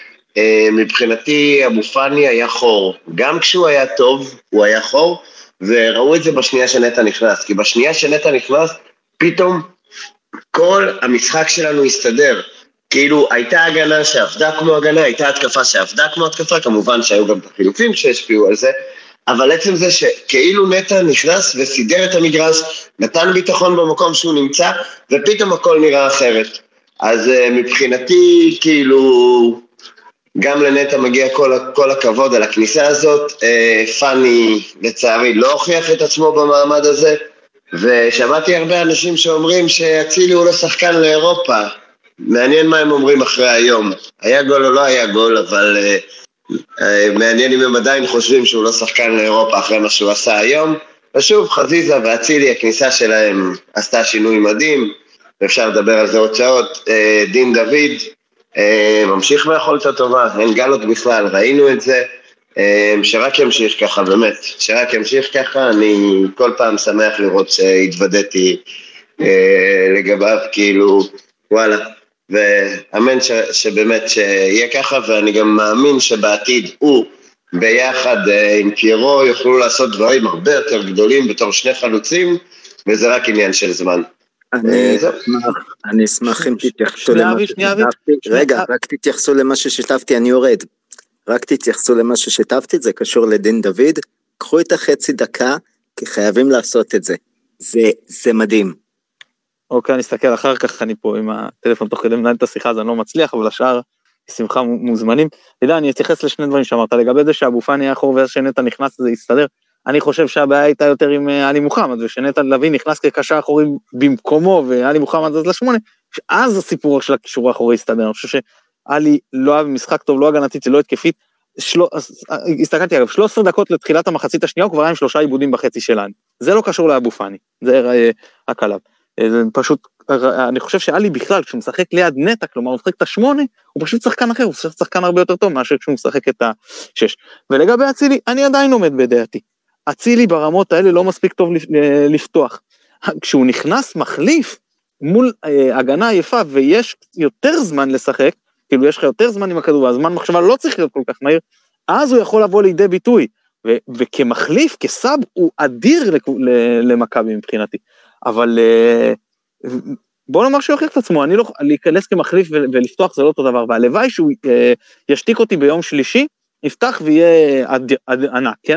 מבחינתי אבו פאני היה חור, גם כשהוא היה טוב, הוא היה חור, וראו את זה בשנייה שנטה נכנס, כי בשנייה שנטה נכנס, פתאום כל המשחק שלנו הסתדר, כאילו הייתה הגנה שעבדה כמו הגנה, הייתה התקפה שעבדה כמו התקפה, כמובן שהיו גם החילופים שהשפיעו על זה, אבל עצם זה שכאילו נטה נכנס וסידר את המגרש, נתן ביטחון במקום שהוא נמצא, ופתאום הכל נראה אחרת. אז מבחינתי כאילו גם לנטה מגיע כל, כל הכבוד על הכניסה הזאת, פאני לצערי לא הוכיח את עצמו במעמד הזה, ושמעתי הרבה אנשים שאומרים שאצילי הוא לא שחקן לאירופה, מעניין מה הם אומרים אחרי היום, היה גול או לא היה גול, אבל מעניין אם הם עדיין חושבים שהוא לא שחקן לאירופה אחרי מה שהוא עשה היום, ושוב חזיזה ואצילי הכניסה שלהם עשתה שינוי מדהים, ואפשר לדבר על זה עוד שעות. דין דוד ממשיך ביכולת הטובה, אין גלות בכלל, ראינו את זה, שרק ימשיך ככה, באמת, שרק ימשיך ככה, אני כל פעם שמח לראות שהתוודעתי לגביו, כאילו, וואלה, ואמן ש, שבאמת שיהיה ככה, ואני גם מאמין שבעתיד הוא ביחד עם פיירו יוכלו לעשות דברים הרבה יותר גדולים בתור שני חלוצים, וזה רק עניין של זמן. אני אשמח אם תתייחסו למה ששיתפתי, רגע, רק תתייחסו למה ששיתפתי, אני יורד, רק תתייחסו למה ששיתפתי, זה קשור לדין דוד, קחו את החצי דקה, כי חייבים לעשות את זה, זה, זה מדהים. אוקיי, אני אסתכל אחר כך, אני פה עם הטלפון תוך כדי מנהל את השיחה, אז אני לא מצליח, אבל השאר שמחה מוזמנים. תדע, אני אתייחס לשני דברים שאמרת, לגבי זה שאבו פאני היה חור ושנטע נכנס, זה יסתדר. אני חושב שהבעיה הייתה יותר עם עלי מוחמד, ושנטע לביא נכנס כקשר אחורי במקומו, ועלי מוחמד אז לשמונה, אז הסיפור של הקישור האחורי יסתדר. אני חושב שעלי לא היה במשחק טוב, לא הגנתית, לא התקפית. של... הסתכלתי אגב, שלוש עשרה דקות לתחילת המחצית השנייה, הוא כבר היה עם שלושה עיבודים בחצי שלנו. זה לא קשור לאבו פאני, זה רק עליו. זה פשוט, אני חושב שעלי בכלל, כשהוא משחק ליד נטע, כלומר הוא משחק את השמונה, הוא פשוט שחקן אחר, הוא שחקן הרבה יותר טוב מאשר כשהוא משחק את השש. ולגבי אצילי, אני עדיין עומד בדעתי. אצילי ברמות האלה לא מספיק טוב לפתוח. כשהוא נכנס מחליף מול הגנה יפה, ויש יותר זמן לשחק, כאילו יש לך יותר זמן עם הכדור, הזמן מחשבה לא צריך להיות כל כך מהיר, אז הוא יכול לבוא לידי ביטוי, ו- וכמחליף, כסאב, הוא אדיר למכבי מבחינתי. אבל בוא נאמר שהוא יוכיח את עצמו, אני לא, להיכנס כמחליף ולפתוח זה לא אותו דבר, והלוואי שהוא ישתיק אותי ביום שלישי, יפתח ויהיה ענק, כן?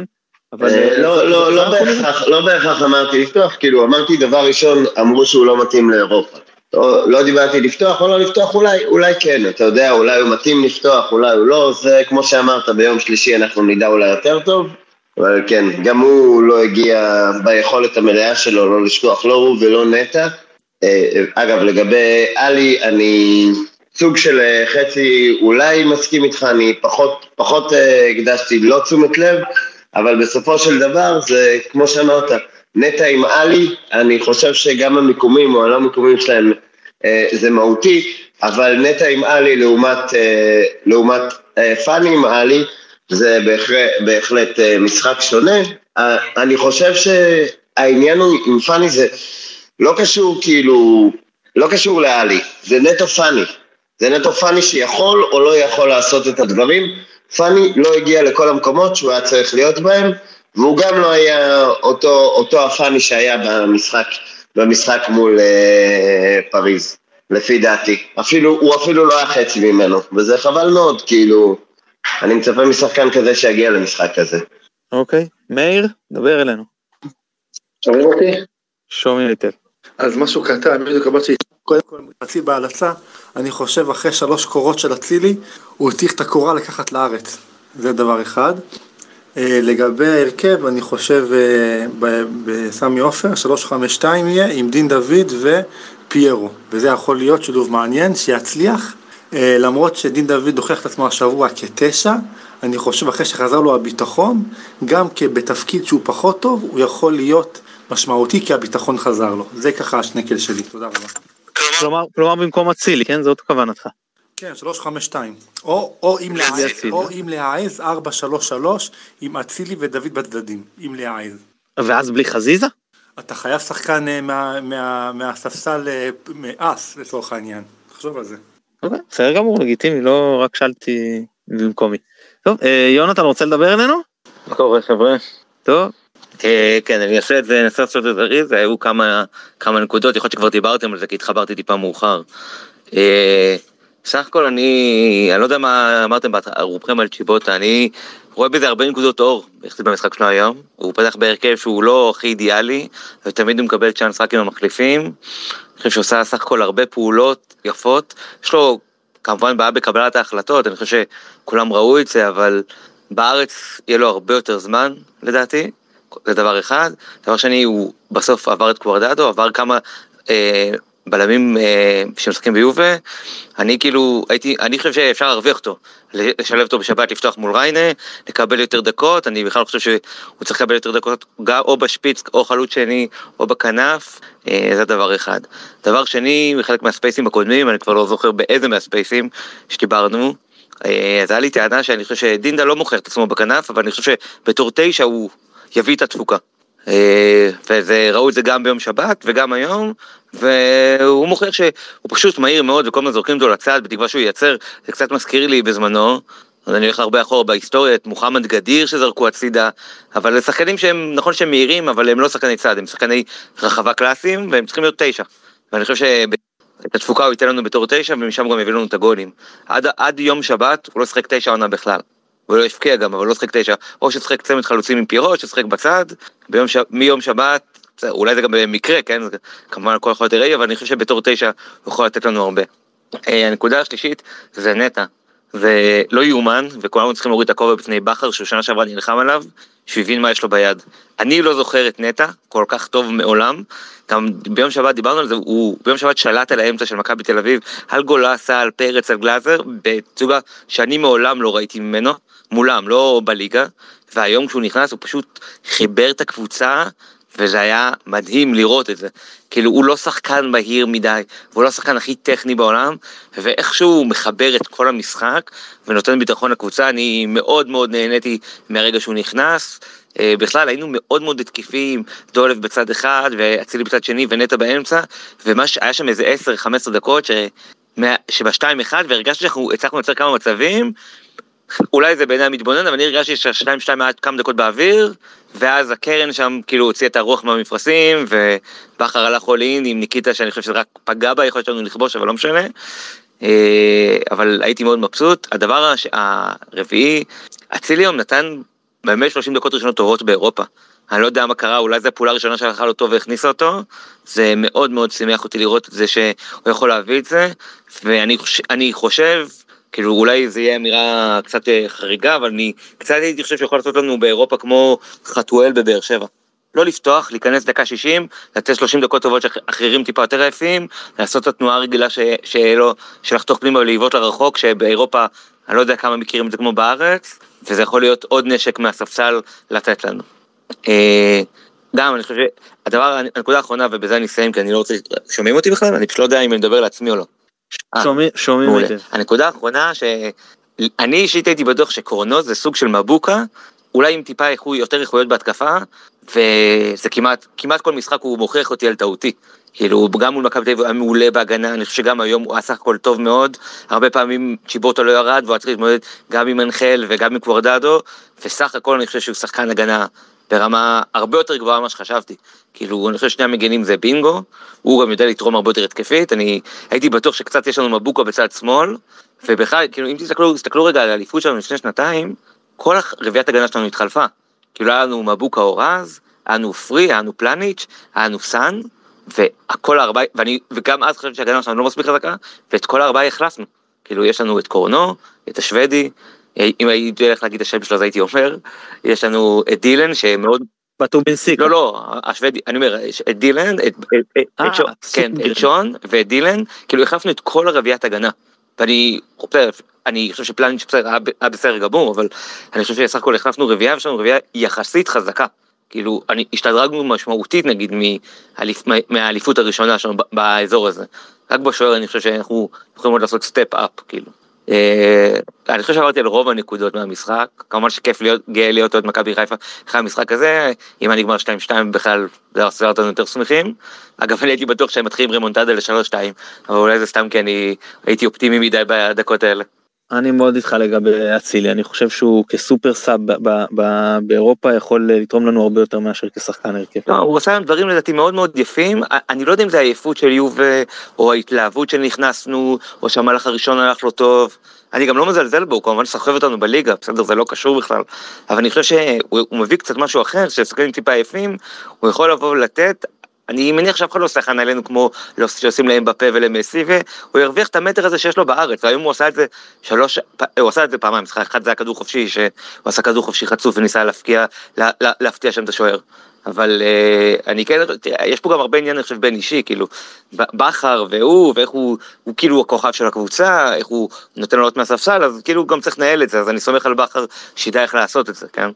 לא בהכרח אמרתי לפתוח, כאילו אמרתי דבר ראשון, אמרו שהוא לא מתאים לאירופה. לא דיברתי לפתוח או לא לפתוח, אולי כן, אתה יודע, אולי הוא מתאים לפתוח, אולי הוא לא, זה כמו שאמרת, ביום שלישי אנחנו נדע אולי יותר טוב, אבל כן, גם הוא לא הגיע ביכולת המלאה שלו, לא לשכוח, לא הוא ולא נטע. אגב, לגבי אלי, אני סוג של חצי, אולי מסכים איתך, אני פחות, פחות הקדשתי, לא תשומת לב, אבל בסופו של דבר, זה כמו שאמרת, נטע עם אלי, אני חושב שגם המיקומים או הלא מיקומים שלהם זה מהותי, אבל נטע עם אלי לעומת, לעומת פאני עם אלי, זה בהחלט, בהחלט משחק שונה. אני חושב שהעניין עם פאני זה לא קשור כאילו, לא קשור לאלי, זה נטו פאני. זה נטו פאני שיכול או לא יכול לעשות את הדברים. פאני לא הגיע לכל המקומות שהוא היה צריך להיות בהם, והוא גם לא היה אותו, אותו הפאני שהיה במשחק, במשחק מול אה, פריז, לפי דעתי. אפילו, הוא אפילו לא היה חצי ממנו, וזה חבל מאוד, כאילו, אני מצפה משחקן כזה שיגיע למשחק כזה. אוקיי, מאיר, דבר אלינו. שומעים אותי? שומעים היטב. אז משהו קטן, בדיוק אמרתי, קודם כל חצי בהלצה, אני חושב אחרי שלוש קורות של אצילי, הוא צריך את הקורה לקחת לארץ, זה דבר אחד. לגבי ההרכב, אני חושב בסמי אופר, שלוש חמש שתיים יהיה, עם דין דוד ופיירו, וזה יכול להיות שילוב מעניין, שיצליח, למרות שדין דוד הוכיח את עצמו השבוע כתשע, אני חושב אחרי שחזר לו הביטחון, גם כבתפקיד שהוא פחות טוב, הוא יכול להיות משמעותי כי הביטחון חזר לו. זה ככה השנקל שלי, תודה רבה. כלומר, כלומר במקום אצילי, כן? זאת כוונתך. כן, שלוש חמש שתיים. או, או אם להעז, או אם להעז, ארבע שלוש שלוש, עם אצילי ודוד בצדדים, אם להעז. ואז בלי חזיזה? אתה חייב שחקן מה, מה, מהספסל מאס, לצורך העניין. תחשוב על זה. אוקיי, בסדר גמור, לגיטימי, לא רק שאלתי במקומי. טוב, יונתן, רוצה לדבר אלינו? מה קורה, חבר'ה? טוב. כן, אני אעשה את זה, ננסה לעשות את זה זריז, היו כמה נקודות, יכול להיות שכבר דיברתם על זה, כי התחברתי טיפה מאוחר. סך הכל אני, אני לא יודע מה אמרתם רובכם על צ'יבוטה, אני רואה בזה הרבה נקודות אור, יחסית במשחק שלו היום, הוא פתח בהרכב שהוא לא הכי אידיאלי, ותמיד הוא מקבל צ'אנס רק עם המחליפים, אני חושב שהוא עושה סך הכל הרבה פעולות יפות, יש לו כמובן בעיה בקבלת ההחלטות, אני חושב שכולם ראו את זה, אבל בארץ יהיה לו הרבה יותר זמן, לדעתי, זה דבר אחד. דבר שני, הוא בסוף עבר את קוורדדו, עבר כמה אה, בלמים אה, שמשחקים ביובה. אני כאילו, הייתי, אני חושב שאפשר להרוויח אותו, לשלב אותו בשבת, לפתוח מול ריינה, לקבל יותר דקות. אני בכלל חושב שהוא צריך לקבל יותר דקות, גם או בשפיץ, או חלוץ שני, או בכנף. אה, זה דבר אחד. דבר שני, בחלק מהספייסים הקודמים, אני כבר לא זוכר באיזה מהספייסים שדיברנו, אז היה לי טענה שאני חושב שדינדה לא מוכר את עצמו בכנף, אבל אני חושב שבתור תשע הוא יביא את התפוקה. וראו את זה גם ביום שבת וגם היום, והוא מוכר שהוא פשוט מהיר מאוד, וכל מה זורקים אותו לצד, בתקווה שהוא ייצר, זה קצת מזכיר לי בזמנו, אז אני הולך הרבה אחורה בהיסטוריה, את מוחמד גדיר שזרקו הצידה, אבל זה שחקנים שהם, נכון שהם מהירים, אבל הם לא שחקני צד, הם שחקני רחבה קלאסיים, והם צריכים להיות תשע. ואני חושב שאת התפוקה הוא ייתן לנו בתור תשע, ומשם גם יביא לנו את הגולים. עד, עד יום שבת הוא לא שחק תשע עונה בכלל. הוא לא יפקיע גם, אבל לא שחק תשע. או ששחק צמד חלוצים עם פירו, או ששחק בצד. ביום ש... מיום שבת אולי זה גם במקרה, כן, כמובן הכל יכול להיות הראי, אבל אני חושב שבתור תשע הוא יכול לתת לנו הרבה. הנקודה השלישית זה נטע, זה לא יאומן, וכולנו צריכים להוריד את הכובע בפני בחר, שהוא שנה שעברה נלחם עליו, שהוא הבין מה יש לו ביד. אני לא זוכר את נטע כל כך טוב מעולם, גם ביום שבת דיברנו על זה, הוא ביום שבת שלט על האמצע של מכבי תל אביב, על גולסה, על פרץ, על גלאזר, בצוגה שאני מעולם לא ראיתי ממנו, מולם, לא בליגה, והיום כשהוא נכנס הוא פשוט חיבר את הקבוצה, וזה היה מדהים לראות את זה. כאילו הוא לא שחקן בהיר מדי, והוא לא שחקן הכי טכני בעולם, ואיכשהו הוא מחבר את כל המשחק, ונותן ביטחון לקבוצה. אני מאוד מאוד נהניתי מהרגע שהוא נכנס, בכלל היינו מאוד מאוד התקיפים, דולב בצד אחד, ואצילי בצד שני, ונטע באמצע, והיה שם איזה עשר חמש עשרה דקות, ש... שבשתיים אחד, והרגשתי שאנחנו הצלחנו לצר כמה מצבים, אולי זה בעיני המתבונן, אבל אני הרגשתי שהשתיים שתיים היה כמה דקות באוויר, ואז הקרן שם כאילו הוציא את הרוח מהמפרשים, ובחר הלך הולין עם ניקיטה, שאני חושב שזה רק פגע בה, יכול להיות לנו לכבוש, אבל לא משנה. אבל הייתי מאוד מבסוט. הדבר הרביעי, אצילי היום נתן באמת שלושים דקות ראשונות טובות באירופה. אני לא יודע מה קרה, אולי זו הפעולה הראשונה שהלכה לו טוב והכניסה אותו, זה מאוד מאוד שימח אותי לראות את זה שהוא יכול להביא את זה, ואני חושב, אני חושב כאילו אולי זה יהיה אמירה קצת חריגה, אבל אני קצת הייתי חושב שיכול לעשות לנו באירופה כמו חתואל בבאר שבע. לא לפתוח, להיכנס דקה שישים, לתת שלושים דקות טובות שאחרים טיפה יותר יפים, לעשות את התנועה הרגילה ש... שלא, שלחתוך פנימה ולהיוות לרחוק, שבאירופה אני לא יודע כמה מכירים את זה כמו בארץ, וזה יכול להיות עוד נשק מהספסל לתת לנו. גם אני חושב שהדבר, הנקודה האחרונה, ובזה אני אסיים, כי אני לא רוצה, שומעים אותי בכלל? אני פשוט לא יודע אם אני מדבר לעצמי או לא. שומעים אותי. הנקודה האחרונה שאני אישית הייתי בטוח שקורנו זה סוג של מבוקה, אולי עם טיפה יותר איכויות בהתקפה, וזה כמעט, כמעט כל משחק הוא מוכיח אותי על טעותי. כאילו, גם מול מכבי תל אביב הוא היה מעולה בהגנה, אני חושב שגם היום הוא עשה הכל טוב מאוד, הרבה פעמים צ'יבוטו לא ירד, והוא צריך להתמודד גם עם אנחל וגם עם קוורדדו, וסך הכל אני חושב שהוא שחקן הגנה ברמה הרבה יותר גבוהה ממה שחשבתי. כאילו, אני חושב ששני המגנים זה בינגו, הוא גם יודע לתרום הרבה יותר התקפית, אני הייתי בטוח שקצת יש לנו מבוקה בצד שמאל, ובכלל, כאילו, אם תסתכלו, תסתכלו רגע על האליפות שלנו לפני שנתיים, כל רביעת הגנה שלנו התחלפה. כאילו, היה לנו מבוקה אורז, היה לנו פרי, היה לנו פלניץ', היה לנו סן, והכל הארבעה, ואני, וגם אז חשבתי שהגנה שלנו לא מספיק חזקה, ואת כל הארבעה החלפנו. כאילו, יש לנו את קורנו, את השוודי, אם הייתי הולך להגיד השם שלו, אז הייתי אומר, יש לנו את דילן, שמאוד... בטובינסיקה. לא, לא, השוודי, אני אומר, את דילן, את שון ואת דילן, כאילו, החלפנו את כל הרביעת הגנה. ואני אני חושב שפלניץ' היה בסדר גמור, אבל אני חושב שסך הכל החלפנו רביעה, ויש לנו רביעה יחסית חזקה. כאילו, אני השתדרגנו משמעותית, נגיד, מהאליפות הראשונה שלנו באזור הזה. רק בשוער אני חושב שאנחנו יכולים עוד לעשות סטפ אפ, כאילו. אני חושב שעברתי על רוב הנקודות מהמשחק, כמובן שכיף גאה להיות עוד מכבי חיפה אחרי המשחק הזה, אם אני נגמר שתיים שתיים בכלל זה עושה אותנו יותר שמחים. אגב, אני הייתי בטוח שהם מתחילים רמונטדה ל-שלוש שתיים, אבל אולי זה סתם כי אני הייתי אופטימי מדי בדקות האלה. אני מאוד איתך לגבי אצילי, אני חושב שהוא כסופר סאב באירופה יכול לתרום לנו הרבה יותר מאשר כשחקן הרכב. לא, הוא עושה דברים לדעתי מאוד מאוד יפים, אני לא יודע אם זה העייפות של יובה, או ההתלהבות שנכנסנו, או שהמהלך הראשון הלך לו טוב, אני גם לא מזלזל בו, הוא כמובן שסחב אותנו בליגה, בסדר, זה לא קשור בכלל, אבל אני חושב שהוא מביא קצת משהו אחר, ששחקנים טיפה עייפים, הוא יכול לבוא ולתת, אני מניח שאף אחד לא שחקן עלינו כמו שעושים להם בפה ולמסי, והוא ירוויח את המטר הזה שיש לו בארץ, והיום הוא עושה את זה שלוש, הוא עשה את זה פעמיים, אחד זה הכדור חופשי, שהוא עשה כדור חופשי חצוף וניסה להפקיע, להפתיע שם את השוער, אבל אני כן, יש פה גם הרבה עניין, אני חושב, בין אישי, כאילו, בחר והוא, ואיך הוא, הוא כאילו הכוכב של הקבוצה, איך הוא נותן לו מהספסל, אז כאילו גם צריך לנהל את זה, אז אני סומך על בחר שידע איך לעשות את זה, כן?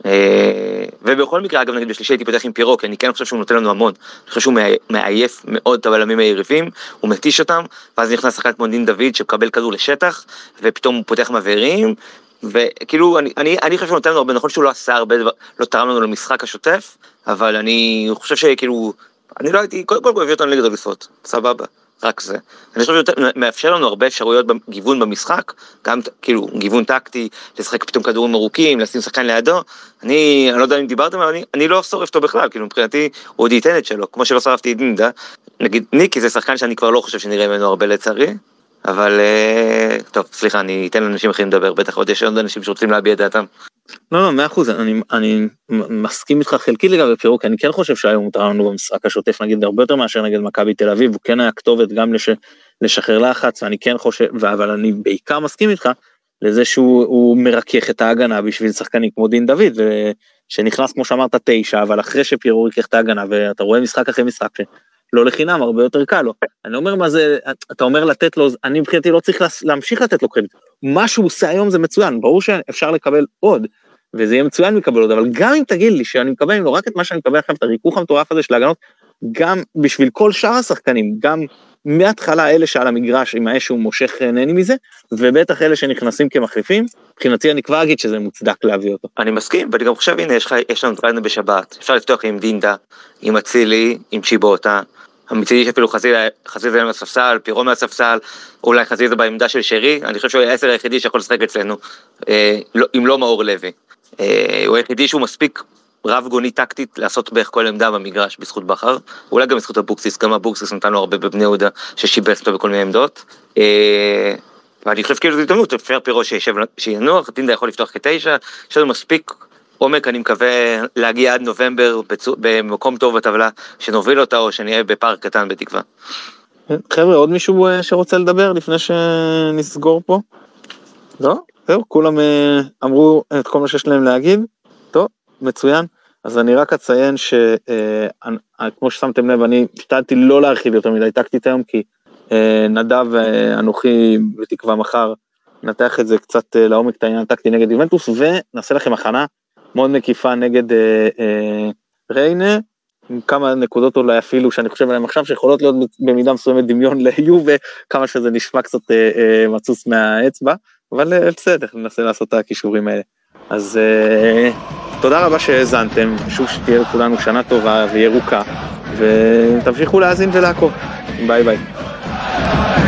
ובכל מקרה, אגב, נגיד בשלישי הייתי פתח עם פירו, כי אני כן חושב שהוא נותן לנו המון, אני חושב שהוא מעייף מאוד את הבלמים היריבים, הוא מתיש אותם, ואז נכנס שחקן כמו דין דוד שמקבל כדור לשטח, ופתאום הוא פותח מבהרים, וכאילו, אני, אני, אני חושב שהוא נותן לנו הרבה, נכון שהוא לא עשה הרבה, לא תרם לנו למשחק השוטף, אבל אני חושב שכאילו, אני לא הייתי, קודם כל הוא הביא אותנו ליגת האלופות, סבבה. רק זה. אני חושב שזה מאפשר לנו הרבה אפשרויות בגיוון במשחק, גם כאילו גיוון טקטי, לשחק פתאום כדורים ארוכים, לשים שחקן לידו. אני, אני לא יודע אם דיברתם, אבל אני, אני לא שורף אותו בכלל, כאילו מבחינתי הוא עוד ייתן את שלו, כמו שלא שרפתי את דינדה. נגיד ניקי זה שחקן שאני כבר לא חושב שנראה ממנו הרבה לצערי, אבל טוב, סליחה, אני אתן לאנשים אחרים לדבר, בטח עוד יש עוד אנשים שרוצים להביע את דעתם. לא, לא, מאה אחוז, אני, אני מסכים איתך חלקית לגבי פירוק, אני כן חושב שהיום מותר לנו במשחק השוטף, נגיד, הרבה יותר מאשר נגד מכבי תל אביב, הוא כן היה כתובת גם לש, לשחרר לחץ, ואני כן חושב, אבל אני בעיקר מסכים איתך, לזה שהוא מרכך את ההגנה בשביל שחקנים כמו דין דוד, שנכנס כמו שאמרת תשע, אבל אחרי שפירו רכך את ההגנה, ואתה רואה משחק אחרי משחק, שלא לחינם, הרבה יותר קל לו. אני אומר מה זה, אתה אומר לתת לו, אני מבחינתי לא צריך להמשיך לתת לו קרדיט. מה שהוא עושה היום זה מצוין, ברור שאפשר לקבל עוד, וזה יהיה מצוין לקבל עוד, אבל גם אם תגיד לי שאני מקבל ממנו רק את מה שאני מקבל עכשיו, את הריכוך המטורף הזה של ההגנות, גם בשביל כל שאר השחקנים, גם מההתחלה אלה שעל המגרש עם האש שהוא מושך נהני מזה, ובטח אלה שנכנסים כמחליפים, מבחינתי אני כבר אגיד שזה מוצדק להביא אותו. אני מסכים, ואני גם חושב, הנה, יש, יש לנו טריינה בשבת, אפשר לפתוח עם דינדה, עם אצילי, עם צ'יבוטה, המצידי שאפילו חזיזה עם הספסל, פירו מהספסל, אולי חזיזה בעמדה של שרי, אני חושב שהוא העשר היחידי שיכול לשחק אצלנו, אה, לא, אם לא מאור לוי. אה, הוא היחידי שהוא מספיק רב גוני טקטית לעשות בערך כל עמדה במגרש בזכות בחר, אולי גם בזכות הבוקסיס, גם הבוקסיס נתן לו הרבה בבני יהודה ששיבץ אותו בכל מיני עמדות, אה, ואני חושב כאילו זו התאמנות, אפשר פירו שינוח, דינדה יכול לפתוח כתשע, יש לנו מספיק עומק, אני מקווה להגיע עד נובמבר במקום טוב בטבלה, שנוביל אותה או שנהיה בפארק קטן בתקווה. חבר'ה, עוד מישהו שרוצה לדבר לפני שנסגור פה? לא? זהו, כולם אמרו את כל מה שיש להם להגיד? טוב, מצוין. אז אני רק אציין שכמו ששמתם לב, אני השתדלתי לא להרחיב יותר מדי טקטית היום, כי נדב ואנוכי בתקווה מחר נתח את זה קצת לעומק את העניין הטקטי נגד יובנטוס, ונעשה לכם הכנה מאוד מקיפה נגד אה, אה, ריינה, עם כמה נקודות אולי אפילו שאני חושב עליהם עכשיו, שיכולות להיות במידה מסוימת דמיון ליובה, כמה שזה נשמע קצת אה, אה, מצוץ מהאצבע, אבל אה, בסדר, ננסה לעשות את הכישורים האלה. אז אה, תודה רבה שהאזנתם, שוב שתהיה לכולנו שנה טובה וירוקה, ותמשיכו להאזין ולעקוב. ביי ביי.